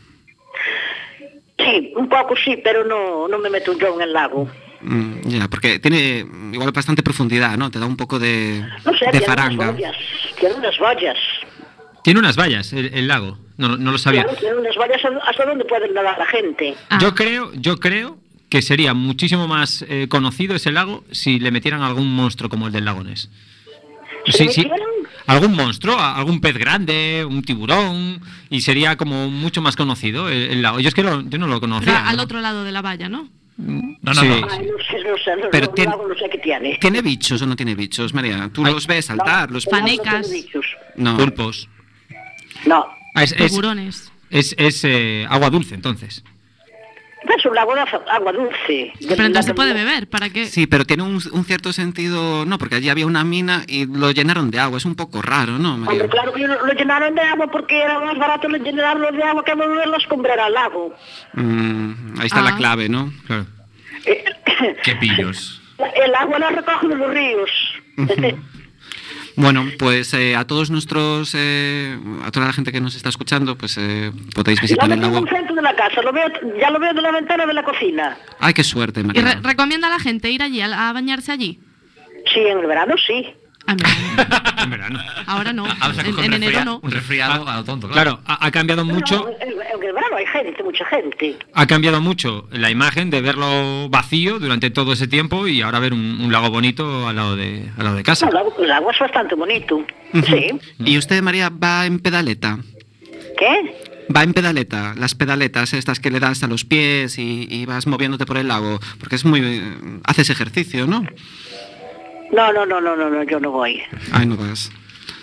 Sí, un poco sí, pero no me meto yo en el lago. Ya, porque tiene igual bastante profundidad, ¿no? Te da un poco de No sé, faranga. Tiene unas vallas. Tiene unas vallas el lago. No lo sabía. Claro, tiene unas vallas hasta donde puede nadar la gente. Ah. Yo creo que sería muchísimo más conocido ese lago si le metieran algún monstruo como el del lago Ness. ¿Se metieran? Algún monstruo, algún pez grande, un tiburón, y sería como mucho más conocido el lago. Yo es que yo no lo conocía. Pero al otro lado de la valla, ¿no? No. Sí. Ay, no sé, Pero el lago no sé qué tiene. ¿Tiene bichos o no tiene bichos, María? ¿Tú los ves saltar? No, Los... el lago no Fanecas. tiene bichos. No. Pulpos. No. Es Tiburones. agua dulce, entonces. Es un lago de agua dulce. Pero entonces se puede beber, ¿para qué? Sí, pero tiene un cierto sentido, no, porque allí había una mina y lo llenaron de agua. Es un poco raro, ¿no, María? Hombre, claro que lo llenaron de agua porque era más barato llenarlo de agua que mover la escombrera al lago. Ahí está la Ah. clave, ¿no? Claro. Qué pillos. El agua la recogen de los ríos. Bueno, pues a todos nuestros, a toda la gente que nos está escuchando, pues podéis Ya visitar lo el tengo lago. enfrente de la casa, ya lo veo de la ventana de la cocina. Ay, qué suerte, ¿Y María. recomienda a la gente ir allí a bañarse allí? Sí, en el verano sí. Ah, no. En verano. Ahora no. Ahora se coge En un enero no. Un resfriado a lo tonto, Claro, ha cambiado mucho. No, en el verano hay gente, mucha gente. Ha cambiado mucho la imagen de verlo vacío durante todo ese tiempo y ahora ver un lago bonito al lado de casa. No, el agua es bastante bonito. Sí. ¿Y usted, María, va en pedaleta? ¿Qué? Va en pedaleta, las pedaletas estas que le das a los pies y vas moviéndote por el lago, porque es muy... haces ejercicio, ¿no? No, yo no voy. Ay, no vas.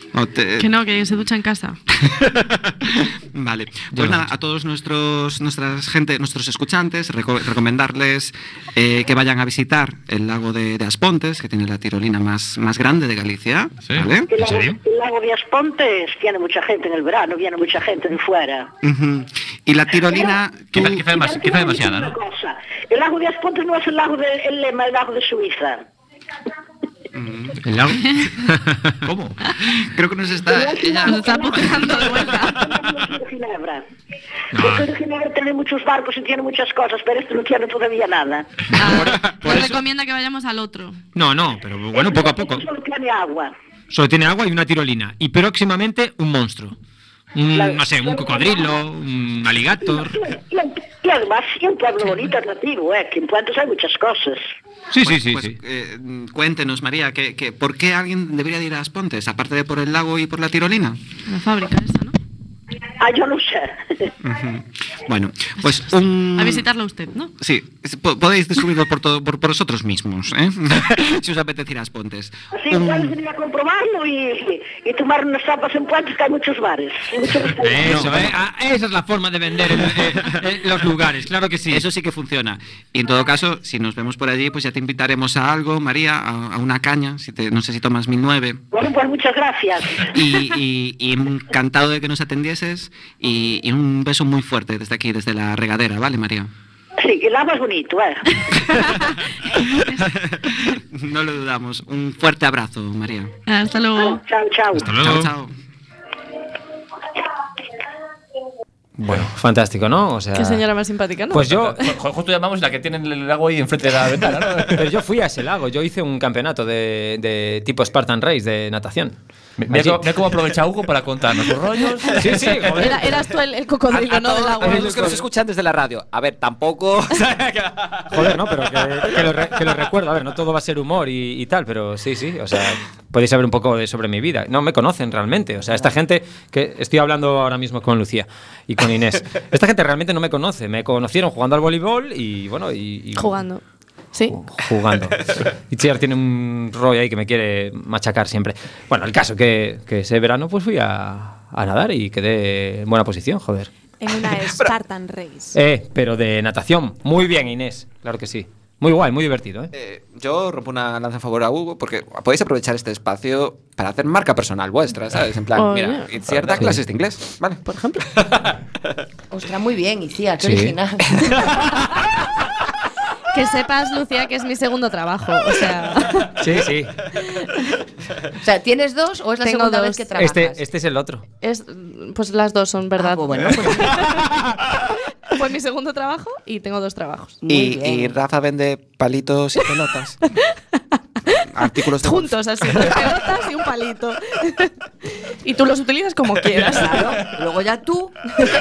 Que no, que se ducha en casa. Vale, pues nada, a todos nuestros escuchantes, recomendarles que vayan a visitar el lago de Aspontes, que tiene la tirolina más grande de Galicia. ¿Sí? ¿Vale? ¿En serio? El lago de Aspontes tiene mucha gente en el verano, viene mucha gente de fuera. Y la tirolina... Quizá demasiada, Una ¿no? cosa, el lago de Aspontes no es el lago el lago de Suiza. ¿El lago? ¿Cómo? Creo que nos está... Nos está puteando de vuelta. De Ginebra. No. Porque de Ginebra tiene muchos barcos y tiene muchas cosas, pero este no tiene todavía nada. Nos recomienda que vayamos al otro. No, pero bueno, poco a poco. Solo tiene agua. Solo tiene agua y una tirolina. Y próximamente un monstruo. No sé, un cocodrilo, un alligator. Y además, sí, un pueblo bonito, atractivo, que en Puentes hay muchas cosas. Sí. Cuéntenos, María, ¿por qué alguien debería de ir a Aspontes, aparte de por el lago y por la tirolina? La fábrica esta, ¿no? Yo no sé. Bueno, pues un... A visitarlo usted, ¿no? Sí, podéis descubrirlo por vosotros mismos, ¿eh? Si os apetece ir a Aspontes. Sí, puedes venir a comprobarlo y tomar unas tapas en Puentes, que hay muchos bares. Eso, esa es la forma de vender los lugares, claro que sí. Eso sí que funciona. Y en todo caso, si nos vemos por allí, pues ya te invitaremos a algo, María, a una caña, no sé si tomas 1009. Bueno, pues muchas gracias. Y encantado de que nos atendieses y un beso muy fuerte desde aquí, desde la regadera, ¿vale, María? Sí, el agua es bonito, No lo dudamos. Un fuerte abrazo, María. Hasta luego. Chao. Hasta luego. Chao. Bueno, fantástico, ¿no? O sea, Qué señora más simpática, ¿no? Pues yo... Justo llamamos la que tiene el lago ahí enfrente de la ventana, ¿no? Pero yo fui a ese lago, yo hice un campeonato de tipo Spartan Race, de natación. Mira cómo aprovecha Hugo para contarnos los rollos. Sí, joder. Eras tú el cocodrilo, ¿no? Del agua. A los que nos escuchan desde la radio. A ver, tampoco... Joder, no, pero que lo recuerdo. A ver, no todo va a ser humor y tal, pero sí, o sea, podéis saber un poco sobre mi vida. No me conocen realmente. O sea, esta gente que estoy hablando ahora mismo con Lucía y con Inés. Esta gente realmente no me conoce. Me conocieron jugando al voleibol y bueno, y jugando. Sí. Jugando. Y Chiar tiene un rollo ahí que me quiere machacar siempre. Bueno, el caso que ese verano pues fui a nadar y quedé en buena posición, joder. En una Spartan Race. Pero de natación. Muy bien, Inés. Claro que sí. Muy guay, muy divertido, ¿eh? Yo rompo una lanza a favor a Hugo porque podéis aprovechar este espacio para hacer marca personal vuestra, ¿sabes? En plan, mira, Itziar da clases de inglés, ¿vale? Por ejemplo. Ostras, muy bien, Itziar, qué Sí. original. Que sepas, Lucía, que es mi segundo trabajo. O sea, Sí. O sea, ¿tienes dos o es la Tengo segunda dos. vez que trabajas? Este es el otro. pues las dos son verdad. Bueno, pues Fue mi segundo trabajo y tengo dos trabajos. Y Rafa vende palitos y pelotas. Artículos de golf. Juntos, así, dos pelotas y un palito. Y tú los utilizas como quieras. claro. Luego ya tú.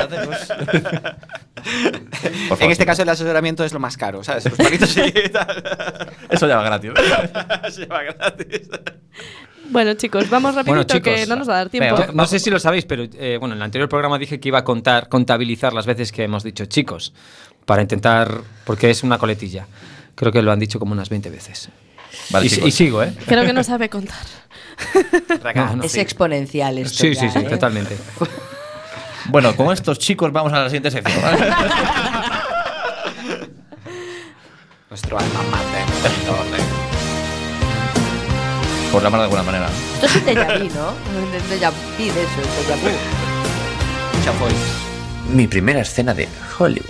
En este caso el asesoramiento es lo más caro, ¿sabes? Los palitos y tal. Eso ya va gratis. Eso ya va gratis. Bueno, chicos, vamos rapidito que no nos va a dar tiempo. No sé si lo sabéis, pero bueno, en el anterior programa dije que iba a contabilizar las veces que hemos dicho chicos, para intentar, porque es una coletilla. Creo que lo han dicho como unas 20 veces. Vale, y sigo, ¿eh? Creo que no sabe contar. No, Es exponencial esto. Sí, ya, sí, ¿eh? totalmente. Bueno, con estos chicos vamos a la siguiente sección. Nuestro alma mater. Por llamarlo de alguna manera. Esto es un déjà vu, ¿no? Un déjà vu de eso, un déjà vu. Chafoy. Mi primera escena de Hollywood.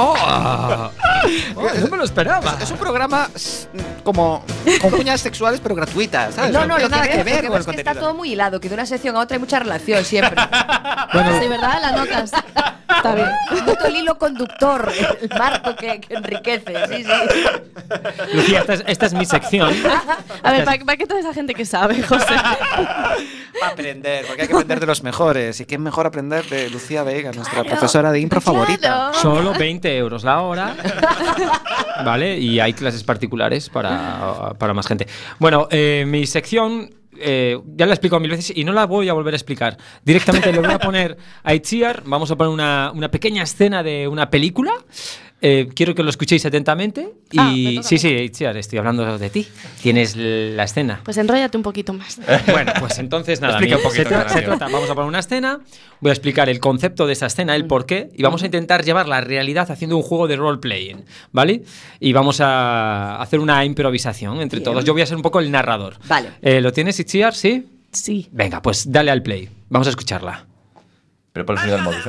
No me lo esperaba. Es un programa como con cuñas sexuales pero gratuitas, ¿sabes? No, lo tiene nada que ver con el es que está contenido. todo muy hilado, que de una sección a otra hay mucha relación siempre. Sí, ¿verdad? La notas. Está bien. Noto el hilo conductor, el marco que enriquece. Sí. Lucía, esta es mi sección. A ver, ¿para qué toda esa gente que sabe, José? Para aprender, porque hay que aprender de los mejores. Y qué mejor aprender de Lucía Veiga, nuestra profesora de impro favorita. Solo 20 euros la hora. ¿Vale? Y hay clases particulares para más gente. Bueno, mi sección ya la he explicado 1000 veces y no la voy a volver a explicar. Directamente le voy a poner a Itziar. Vamos a poner una pequeña escena de una película. quiero que lo escuchéis atentamente. Y sí, Itziar, estoy hablando de ti. Tienes la escena. Pues enróllate un poquito más. Bueno, pues entonces nada. Explica un poquito, se trata, vamos a poner una escena, voy a explicar el concepto de esa escena, el porqué, y vamos a intentar llevar la realidad haciendo un juego de role-playing, ¿vale? Y vamos a hacer una improvisación entre todos. Yo voy a ser un poco el narrador. Vale. ¿Lo tienes, Itziar? ¿Sí? Sí. Venga, pues dale al play. Vamos a escucharla. Pero por el sonido del móvil.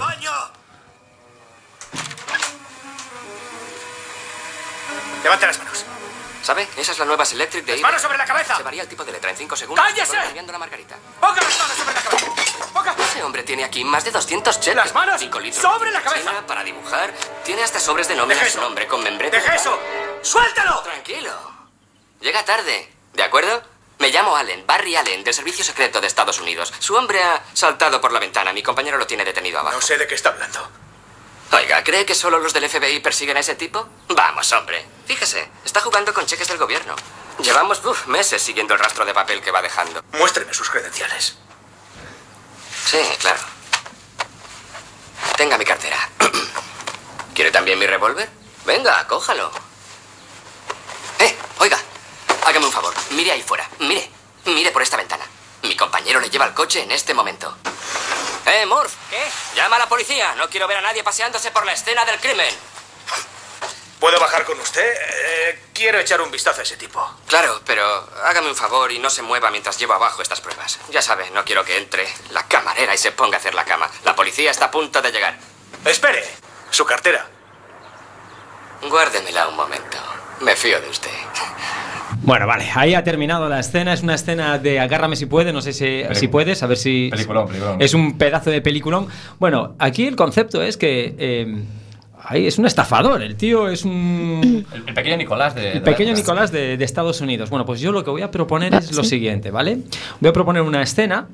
Levante las manos. ¿Sabe? Esa es la nueva Selectric de ¡Las manos sobre la cabeza! Se varía el tipo de letra en 5 segundos. ¡Cállese! Cambiando la margarita. ¡Ponga las manos sobre la cabeza! ¡Ponga! Ese hombre tiene aquí más de 200 cheques. ¡Las manos 5 litros sobre de la cabeza! China para dibujar. Tiene hasta sobres de nómina a su nombre con membrete. ¡Deje eso! ¡Suéltalo! Tranquilo. Llega tarde, ¿de acuerdo? Me llamo Allen, Barry Allen, del Servicio Secreto de Estados Unidos. Su hombre ha saltado por la ventana. Mi compañero lo tiene detenido abajo. No sé de qué está hablando. Oiga, ¿cree que solo los del FBI persiguen a ese tipo? Vamos, hombre. Fíjese, está jugando con cheques del gobierno. Llevamos meses siguiendo el rastro de papel que va dejando. Muéstreme sus credenciales. Sí, claro. Tenga mi cartera. ¿Quiere también mi revólver? Venga, cójalo. Oiga, hágame un favor. Mire ahí fuera. Mire por esta ventana. Mi compañero le lleva el coche en este momento. Murph. ¿Qué? Llama a la policía. No quiero ver a nadie paseándose por la escena del crimen. ¿Puedo bajar con usted? Quiero echar un vistazo a ese tipo. Claro, pero hágame un favor y no se mueva mientras llevo abajo estas pruebas. Ya sabe, no quiero que entre la camarera y se ponga a hacer la cama. La policía está a punto de llegar. Espere. Su cartera. Guárdemela un momento. Me fío de usted. Bueno, vale, ahí ha terminado la escena. Es una escena de agárrame si puedes, no sé si puedes, a ver si... Peliculón. Es un pedazo de peliculón. Bueno, aquí el concepto es que... es un estafador, el tío es un... El pequeño Nicolás de... El pequeño Nicolás de Estados Unidos. Bueno, pues yo lo que voy a proponer es lo siguiente, ¿vale? Voy a proponer una escena...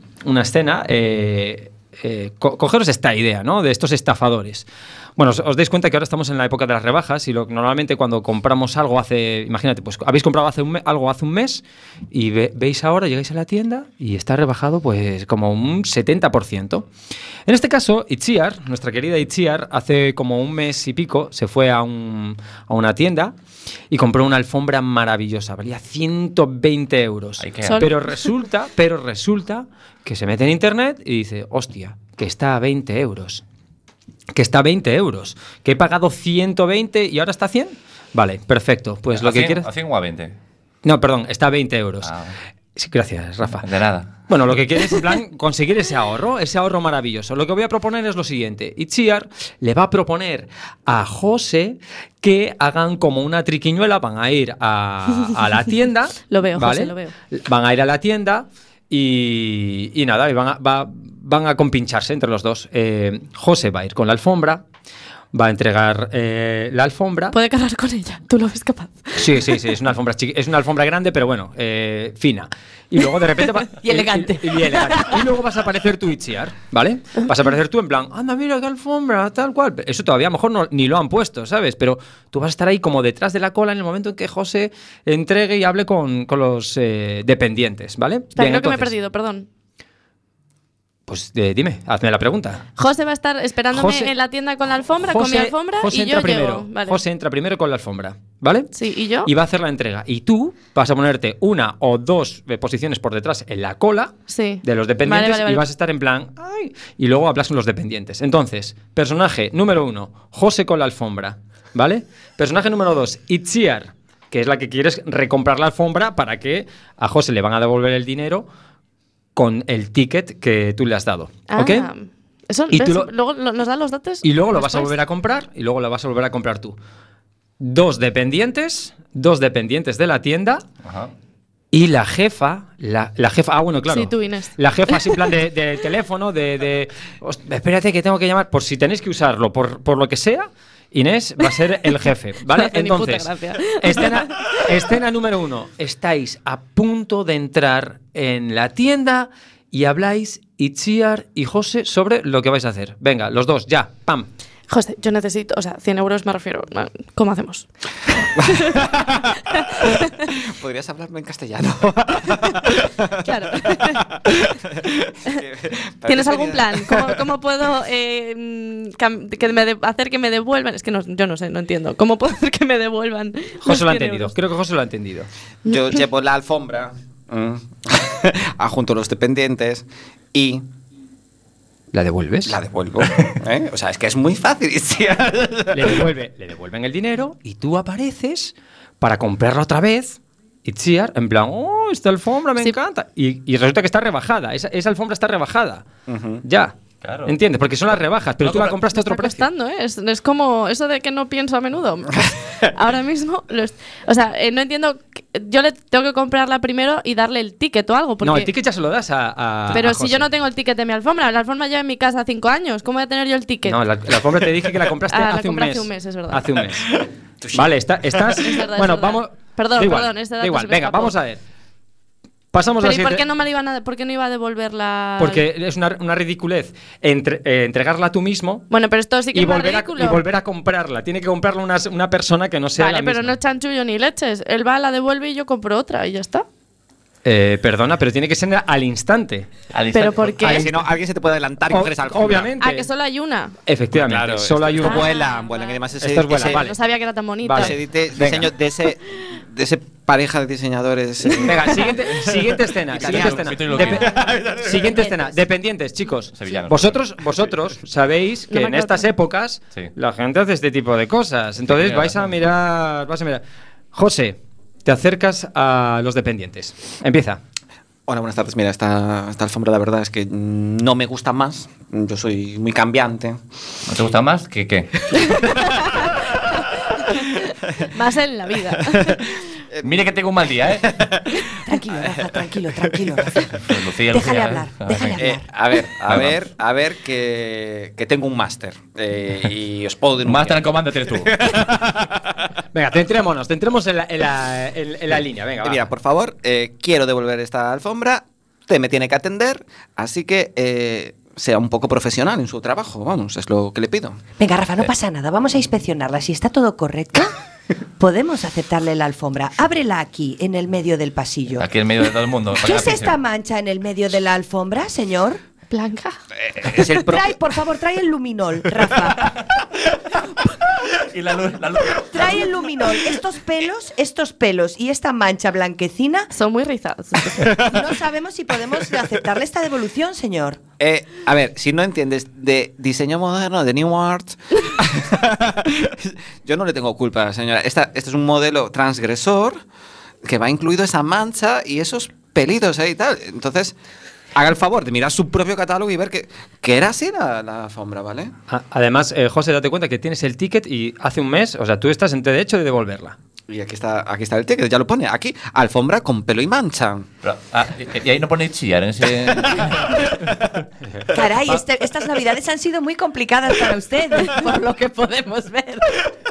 cogeros esta idea, ¿no? De estos estafadores. Bueno, os dais cuenta que ahora estamos en la época de las rebajas y normalmente cuando compramos algo imagínate, pues habéis comprado algo hace un mes y veis ahora, llegáis a la tienda y está rebajado pues como un 70%. En este caso, Itziar, nuestra querida Itziar, hace como un mes y pico se fue a una tienda y compró una alfombra maravillosa, valía 120 euros. Pero resulta que se mete en internet y dice, hostia, que está a 20 euros. Que está a 20 euros. Que he pagado 120 y ahora está a 100. Vale, perfecto. Pues lo que quieres... ¿A 100 o a 20? No, perdón, está a 20 euros. Sí, gracias, Rafa. De nada. Bueno, lo que quieres es, en plan, conseguir ese ahorro maravilloso. Lo que voy a proponer es lo siguiente. Itziar le va a proponer a José que hagan como una triquiñuela. Van a ir a la tienda. Lo veo, ¿vale? José, lo veo. Van a ir a la tienda y nada, y van a compincharse entre los dos. José va a ir con la alfombra, va a entregar la alfombra. Puede cargar con ella, tú lo ves capaz. Sí, es una alfombra es una alfombra grande, pero bueno, fina. Y luego de repente y elegante. Y luego vas a aparecer tú, Itziar, ¿vale? Vas a aparecer tú en plan, anda, mira qué alfombra, tal cual. Eso todavía a lo mejor ni lo han puesto, ¿sabes? Pero tú vas a estar ahí como detrás de la cola en el momento en que José entregue y hable con los dependientes, ¿vale? Espera, creo que me he perdido, perdón. Pues dime, hazme la pregunta. José va a estar esperándome en la tienda con la alfombra, con mi alfombra, José y yo llego. Vale. José entra primero con la alfombra, ¿vale? Sí, ¿y yo? Y va a hacer la entrega. Y tú vas a ponerte una o dos posiciones por detrás en la cola de los dependientes y vas a estar en plan... ¡Ay! Y luego hablas con los dependientes. Entonces, personaje número 1, José con la alfombra, ¿vale? Personaje número 2, Itziar, que es la que quieres recomprar la alfombra para que a José le van a devolver el dinero con el ticket que tú le has dado, ¿ok? Eso, y luego nos dan los datos. Y luego lo vas a volver a comprar y luego lo vas a volver a comprar tú. Dos dependientes de la tienda. Ajá. Y la jefa, bueno, claro. Sí, tú, Inés. La jefa así en plan de teléfono, espérate que tengo que llamar, por si tenéis que usarlo, por lo que sea. Inés va a ser el jefe, ¿vale? No, entonces, escena número 1. Estáis a punto de entrar en la tienda y habláis Itziar y José sobre lo que vais a hacer. Venga, los dos, ya, pam. José, yo necesito, 100 euros me refiero. ¿Cómo hacemos? Podrías hablarme en castellano. Claro. ¿Tienes algún plan? ¿Cómo puedo hacer que me devuelvan? Es que yo no sé, no entiendo. ¿Cómo puedo hacer que me devuelvan? José lo ha entendido. Creo que José lo ha entendido. Yo llevo la alfombra, adjunto los dependientes y... ¿La devuelves? La devuelvo. O sea, es que es muy fácil. Le devuelven el dinero y tú apareces para comprarla otra vez. Itziar, en plan, oh, esta alfombra me encanta. Y resulta que está rebajada. Esa alfombra está rebajada. Ya. Claro. ¿Entiendes? Porque son las rebajas, pero tú la compraste a otro precio. Es como eso de que no pienso a menudo. Ahora mismo, no entiendo. Yo le tengo que comprarla primero y darle el ticket o algo. Porque... No, el ticket ya se lo das a Pero a si José. yo no tengo el ticket de mi alfombra, la alfombra lleva en mi casa 5 años. ¿Cómo voy a tener yo el ticket? No, la alfombra te dije que la compraste hace un mes. Hace un mes, es verdad. Hace un mes. Vale, estás. Es verdad, bueno, es verdad. vamos. Perdón, da igual, perdón, este dato da igual. se me Venga, escapó. vamos a ver. Pasamos a la Pero ¿y por siguiente. qué no me la iban a, por qué no iba a devolver la...? Porque es una ridiculez entregarla tú mismo. Bueno, pero esto sí que y es más volver ridículo. y volver a comprarla. Tiene que comprarla una persona que no sea Vale, la pero misma. no es chanchullo ni leches. Él va, la devuelve y yo compro otra y ya está. Perdona, pero tiene que ser al instante. ¿Pero por qué? Si no, alguien se te puede adelantar y coger esa alfombra. Obviamente. Ah, que solo hay una. Efectivamente, Claro, solo hay una. Vuelan, y además ese, Esto es vuela, ese- vale. No sabía que era tan bonita. Vale. ese diseño de ese pareja de diseñadores. Venga, siguiente escena. Siguiente escena. Dependientes, chicos. Sevillanos. Vosotros sabéis que No me en estas acuerdo. épocas Sí. la gente hace este tipo de cosas. Entonces Sí, vais a mirar. José, te acercas a los dependientes. Empieza. Hola, buenas tardes. Mira, esta alfombra la verdad es que no me gusta más. Yo soy muy cambiante. ¿No te gusta más? ¿Qué? Más en la vida. Mire que tengo un mal día, ¿eh? Tranquilo, Rafa, tranquilo. Lucía, Déjale Lucía, hablar, ¿eh? déjale Venga. hablar. A ver, que tengo un máster. Y os puedo denunciar. Máster en comando tienes tú. Venga, centremos en la línea. Venga, va. Mira, por favor, quiero devolver esta alfombra. Usted me tiene que atender. Así que sea un poco profesional en su trabajo. Vamos, es lo que le pido. Venga, Rafa, no pasa nada. Vamos a inspeccionarla. Si está todo correcto, podemos aceptarle la alfombra. Ábrela aquí, en el medio del pasillo. Aquí en medio de todo el mundo. ¿Qué es esta mancha en el medio de la alfombra, señor? Blanca. Es el Por favor, trae el luminol, Rafa. Y la luz. Trae el luminol. Estos pelos y esta mancha blanquecina son muy rizados. No sabemos si podemos aceptarle esta devolución, señor. A ver, si no entiendes de diseño moderno, de New Art, yo no le tengo culpa, señora. Este es un modelo transgresor que va incluido esa mancha y esos pelitos ahí y tal. Entonces, haga el favor de mirar su propio catálogo y ver que era así la alfombra, ¿vale? Además, José, date cuenta que tienes el ticket y hace un mes, o sea, tú estás en derecho de devolverla. Y aquí está el ticket, ya lo pone. Aquí, alfombra con pelo y mancha. Pero, y ahí no pone chillar en ese. Caray, estas navidades han sido muy complicadas para usted, por lo que podemos ver.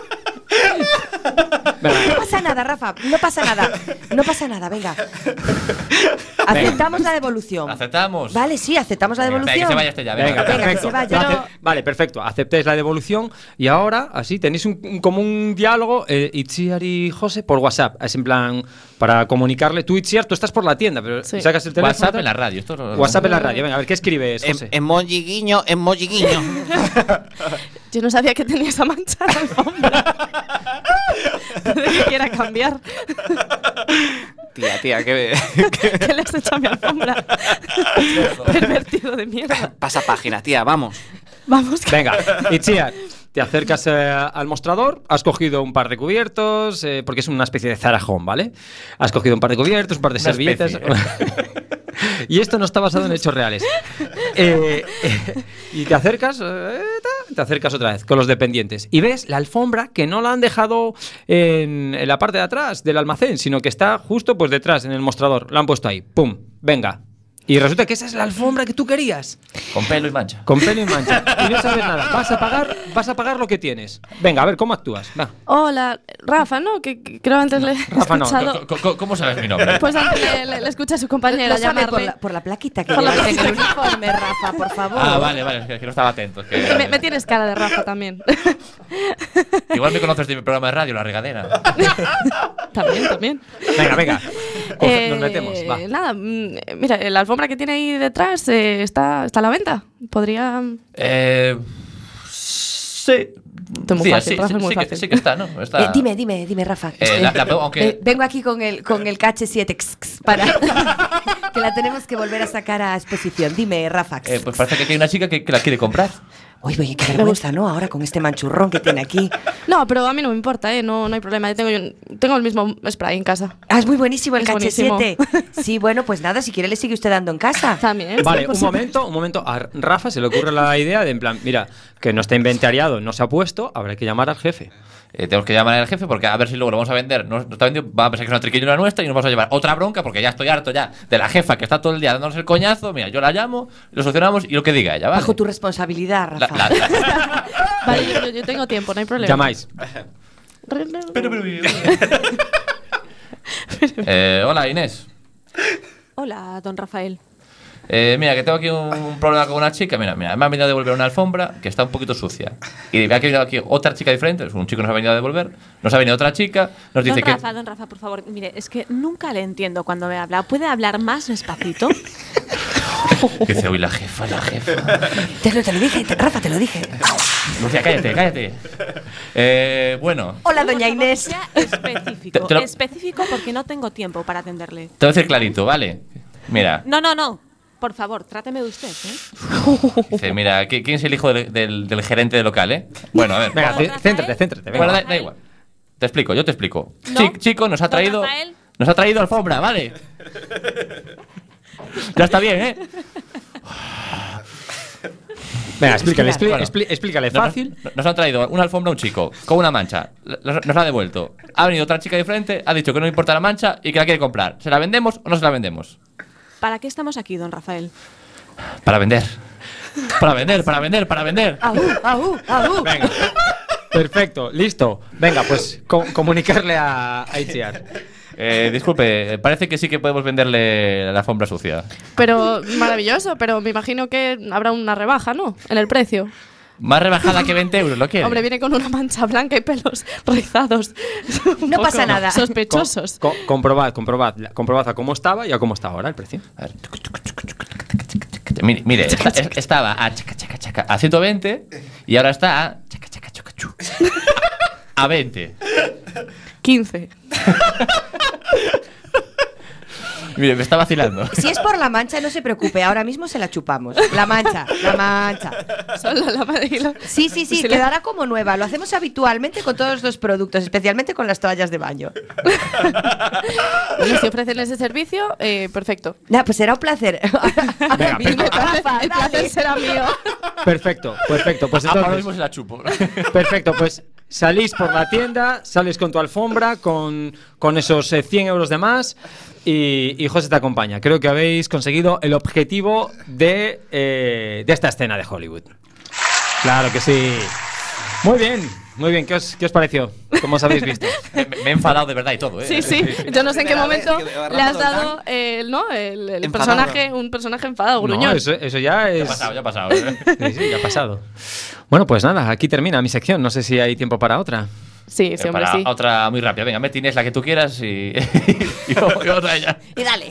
No pasa nada, Rafa, no pasa nada, venga. Aceptamos la devolución. ¿Aceptamos? Vale, sí, aceptamos la devolución. Venga, que se vaya este ya, venga. Venga, que se vaya. Vale, perfecto. Aceptéis la devolución y ahora, así, tenéis como un diálogo, Itziar y José, por WhatsApp. Es en plan, para comunicarle. Tú, Itziar, tú estás por la tienda, pero sacas el teléfono. WhatsApp en la radio. WhatsApp en la radio. Venga, a ver, ¿qué escribes, José? Emoji guiño. Yo no sabía que tenía esa mancha en la alfombra. Puede que quiera cambiar. Tía, ¿Qué le has hecho a mi alfombra? Pervertido de mierda. Pasa página, tía, vamos. Vamos. Venga, Itziar, te acercas al mostrador, has cogido un par de cubiertos, porque es una especie de zarajón, ¿vale? Has cogido un par de cubiertos, un par de servilletas. Y esto no está basado en hechos reales. Y te acercas otra vez con los dependientes y ves la alfombra que no la han dejado en la parte de atrás del almacén, sino que está justo pues detrás en el mostrador. La han puesto ahí. ¡Pum! Venga. Y resulta que esa es la alfombra que tú querías. Con pelo y mancha. Con pelo y mancha. Y no sabes nada. Vas a pagar lo que tienes. Venga, a ver, ¿cómo actúas? Va. Hola, Rafa, ¿no? Que creo antes le he escuchado. ¿Cómo sabes mi nombre? Pues antes le escuché a su compañera Lo sabe llamarle. por la plaquita que llevas en el uniforme, Rafa, por favor. Vale, es que no estaba atento. Es que... Me tienes cara de Rafa también. Igual me conoces de mi programa de radio, La Regadera. También. Venga. Nos metemos, va. Nada, mira, la alfombra que tiene ahí detrás está a la venta. Podría. Sí. Muy fácil, Rafa, es muy fácil. Sí que está, ¿no? Está... Dime, Rafa. Aunque... vengo aquí con el KH7 para que la tenemos que volver a sacar a exposición. Dime, Rafa. Pues parece que hay una chica que la quiere comprar. Oye, qué vergüenza, ¿no? Ahora con este manchurrón que tiene aquí. No, pero a mí no me importa, no hay problema. Tengo el mismo spray en casa. Es muy buenísimo el KH7. Sí, bueno, pues nada, si quiere le sigue usted dando en casa. También. Vale, un momento. A Rafa se le ocurre la idea de, en plan, mira, que no está inventariado, no se ha puesto, habrá que llamar al jefe. Tenemos que llamar al jefe porque a ver si luego lo vamos a vender. No está vendido, va a pensar que es una triquiñona nuestra y nos vamos a llevar otra bronca porque ya estoy harto ya de la jefa que está todo el día dándonos el coñazo. Mira, yo la llamo, lo solucionamos y lo que diga ella, ¿vale? Bajo tu responsabilidad, Rafa. Vale, yo tengo tiempo, no hay problema. Llamáis. Hola, Inés. Hola, don Rafael. Mira, que tengo aquí un problema con una chica. Mira, me han venido a devolver una alfombra que está un poquito sucia. Y me ha venido aquí otra chica diferente. Un chico nos ha venido a devolver. Nos ha venido otra chica. Nos dice Don Rafa, por favor. Mire, es que nunca le entiendo cuando me habla. ¿Puede hablar más despacito? Que dice, uy, la jefa. Te lo dije, Rafa, te lo dije. Lucía, cállate. Bueno. Hola, doña Inés. Específico porque no tengo tiempo para atenderle. Te voy a decir clarito, ¿vale? Mira. No. Por favor, tráteme de usted, ¿eh? Dice, mira, ¿quién es el hijo del gerente del local, eh? Bueno, a ver. Venga, céntrate. Venga. Bueno, da igual. Yo te explico. ¿No? Chico, nos ha traído alfombra, ¿vale? Ya está bien, ¿eh? Venga, explícale fácil. Nos han traído una alfombra a un chico con una mancha. Nos la ha devuelto. Ha venido otra chica diferente, ha dicho que no le importa la mancha y que la quiere comprar. ¿Se la vendemos o no se la vendemos? ¿Para qué estamos aquí, don Rafael? Para vender. Para vender. Ajú. Venga. Perfecto, listo. Venga, pues comunicarle a Itziar. Disculpe, parece que sí que podemos venderle la alfombra sucia. Pero maravilloso, pero me imagino que habrá una rebaja, ¿no? En el precio. Más rebajada que 20 euros, ¿lo quiere? Hombre, viene con una mancha blanca y pelos rizados. No pasa nada. Sospechosos. Comprobad a cómo estaba y a cómo está ahora el precio. A ver. Mire, estaba a 120 y ahora está a 20. 15. Mire, me está vacilando. Si es por la mancha, no se preocupe, ahora mismo se la chupamos. La mancha. Solo la mancha. Sí, quedará como nueva. Lo hacemos habitualmente con todos los productos, especialmente con las toallas de baño. Bueno, si ofrecen ese servicio, perfecto. Nah, pues será un placer. El placer será mío. Perfecto. Pues entonces, ahora mismo se la chupo. Perfecto, pues salís por la tienda, sales con tu alfombra, con esos 100 euros de más y José te acompaña. Creo que habéis conseguido el objetivo de esta escena de Hollywood. Claro que sí. Muy bien. ¿Qué os pareció? ¿Cómo os habéis visto? Me he enfadado de verdad y todo, ¿eh? Sí. Yo no sé en qué momento le has dado el personaje, un personaje enfadado, gruñón. No, eso ya es... Ya ha pasado. Sí, ya ha pasado. Bueno, pues nada, aquí termina mi sección. No sé si hay tiempo para otra. Sí, hombre, para sí. Otra muy rápida. Venga, Inés, la que tú quieras y otra ella. Y dale.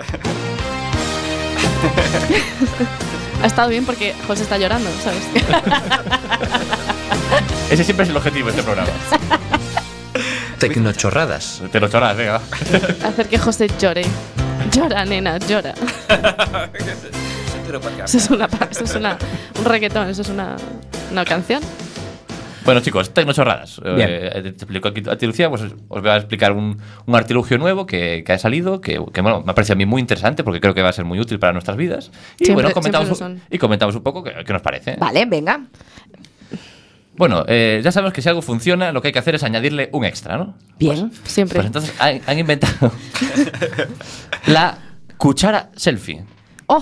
Ha estado bien porque José está llorando, ¿sabes? Ese siempre es el objetivo de este programa. Tecnochorradas. Tecnochorradas, venga. Hacer que José llore. Llora, nena, llora. Eso es un reggaetón, eso es una canción. Bueno, chicos, Tecnochorradas. Te explico aquí a ti, Lucía, pues os voy a explicar un artilugio nuevo que ha salido, que bueno, me parece a mí muy interesante porque creo que va a ser muy útil para nuestras vidas. Y siempre, bueno, comentamos un poco qué nos parece. Vale, venga. Bueno, ya sabemos que si algo funciona, lo que hay que hacer es añadirle un extra, ¿no? Bien, siempre. Pues entonces han inventado la cuchara selfie. ¡Oh!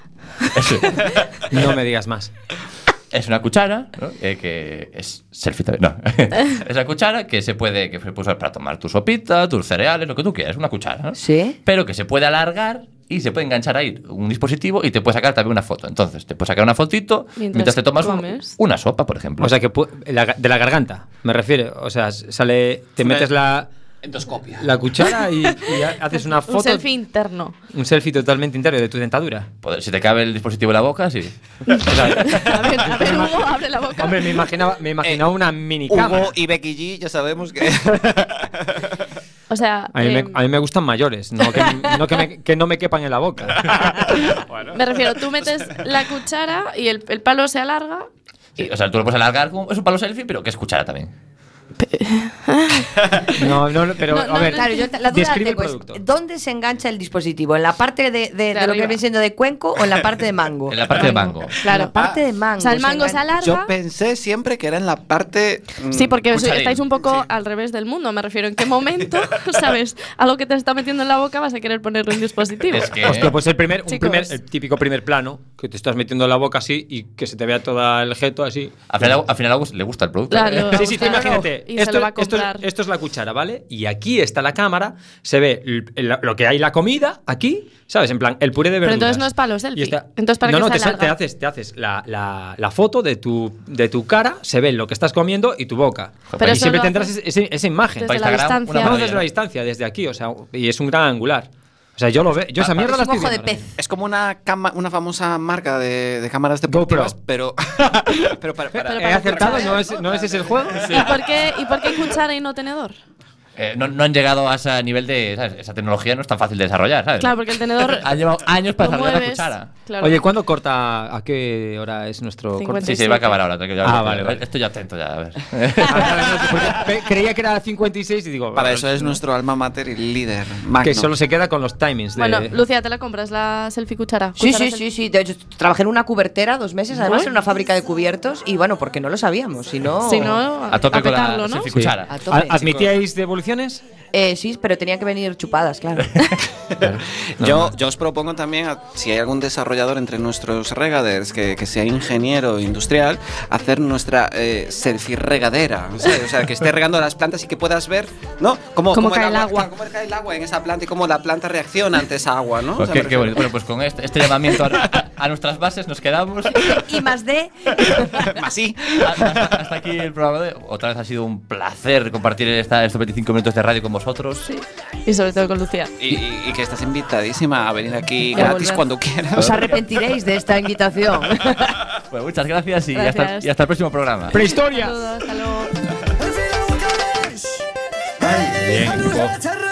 No me digas más. Es una cuchara, ¿no? Que es selfie también. No. Es una cuchara que se puede usar para tomar tu sopita, tus cereales, lo que tú quieras. Una cuchara, ¿no? Sí. Pero que se puede alargar y se puede enganchar ahí un dispositivo y te puede sacar también una foto. Entonces, te puedes sacar una fotito mientras te tomas una sopa, por ejemplo. O sea, que de la garganta, me refiero. O sea, te metes la cuchara y haces una foto. Un selfie interno. Un selfie totalmente interno de tu dentadura. Si te cabe el dispositivo en la boca, sí. A ver, Hugo, abre la boca. Hombre, me imaginaba una mini cámara. Hugo y Becky G, ya sabemos que... O sea, a mí me gustan mayores, que no me quepan en la boca. Me refiero, tú metes la cuchara y el palo se alarga. Sí, o sea, tú lo puedes alargar, es un palo selfie, pero que es cuchara también. No, pero a ver, claro, la duda describe tengo el producto. ¿Dónde se engancha el dispositivo? ¿En la parte de lo que viene siendo de cuenco o en la parte de mango? En la parte de mango. Claro. En la parte de mango. O sea, el mango se alarga. Yo pensé siempre que era en la parte... Sí, porque cucharín. estáis un poco al revés del mundo. Me refiero, ¿en qué momento, sabes, algo que te está metiendo en la boca vas a querer ponerle un dispositivo? Es que... Hostia, pues el típico primer plano que te estás metiendo en la boca así y que se te vea todo el jeto así. Al final le gusta el producto. Claro, Sí, tú imagínate. y se lo va a comprar. Esto es la cuchara, ¿vale? Y aquí está la cámara, se ve lo que hay la comida aquí, ¿sabes? En plan, el puré de verduras. Pero entonces no es palo selfie. Entonces, ¿para qué se alarga? te haces la foto de tu cara, se ve lo que estás comiendo y tu boca. Pero y siempre lo tendrás haces esa imagen. desde la distancia. No, desde la distancia, desde aquí, o sea, y es un gran angular. O sea, yo lo veo, yo esa mierda la estoy viendo. Es como una famosa marca de cámaras deportivas, pero para ¿He acertado? ¿No es ese el juego? Sí. ¿Y por qué cuchara y no tenedor? No han llegado a ese nivel de... ¿sabes? Esa tecnología no es tan fácil de desarrollar, ¿sabes? Claro, porque el tenedor... Ha llevado años para desarrollar la cuchara. Claro. Oye, ¿cuándo corta? ¿A qué hora es nuestro corte? Sí, va a acabar ahora. Vale. Estoy atento ya, a ver. Creía que era 56 y digo... Para eso es nuestro alma mater y líder magno. Que solo se queda con los timings. Bueno, Lucía, ¿te la compras la selfie cuchara? Sí. De hecho, trabajé en una cubertera 2 meses, además en una fábrica de cubiertos y bueno, porque no lo sabíamos. Si no, a tope con la selfie cuchara. A tope. ¿Admitíais devoluciones? Sí, pero tenían que venir chupadas, claro. Yo os propongo también, si hay algún desarrollador entre nuestros regaders que sea ingeniero industrial, hacer nuestra selfie regadera. O sea, que esté regando las plantas y que puedas ver, ¿no? Cómo cae el agua. Cómo cae el agua en esa planta y cómo la planta reacciona ante esa agua, ¿no? Pues qué bonito. Bueno, pues con este llamamiento a nuestras bases nos quedamos. Y más D. Más sí. Hasta aquí el programa de... Otra vez ha sido un placer compartir estos 25 minutos de radio con vosotros. Sí. Y sobre todo con Lucía. Y que estás invitadísima a venir aquí Y a gratis volver. cuando quieras. Os arrepentiréis de esta invitación. Bueno, muchas gracias y Gracias. hasta el próximo programa. ¡Prehistoria! Saludos, hasta luego. Bien,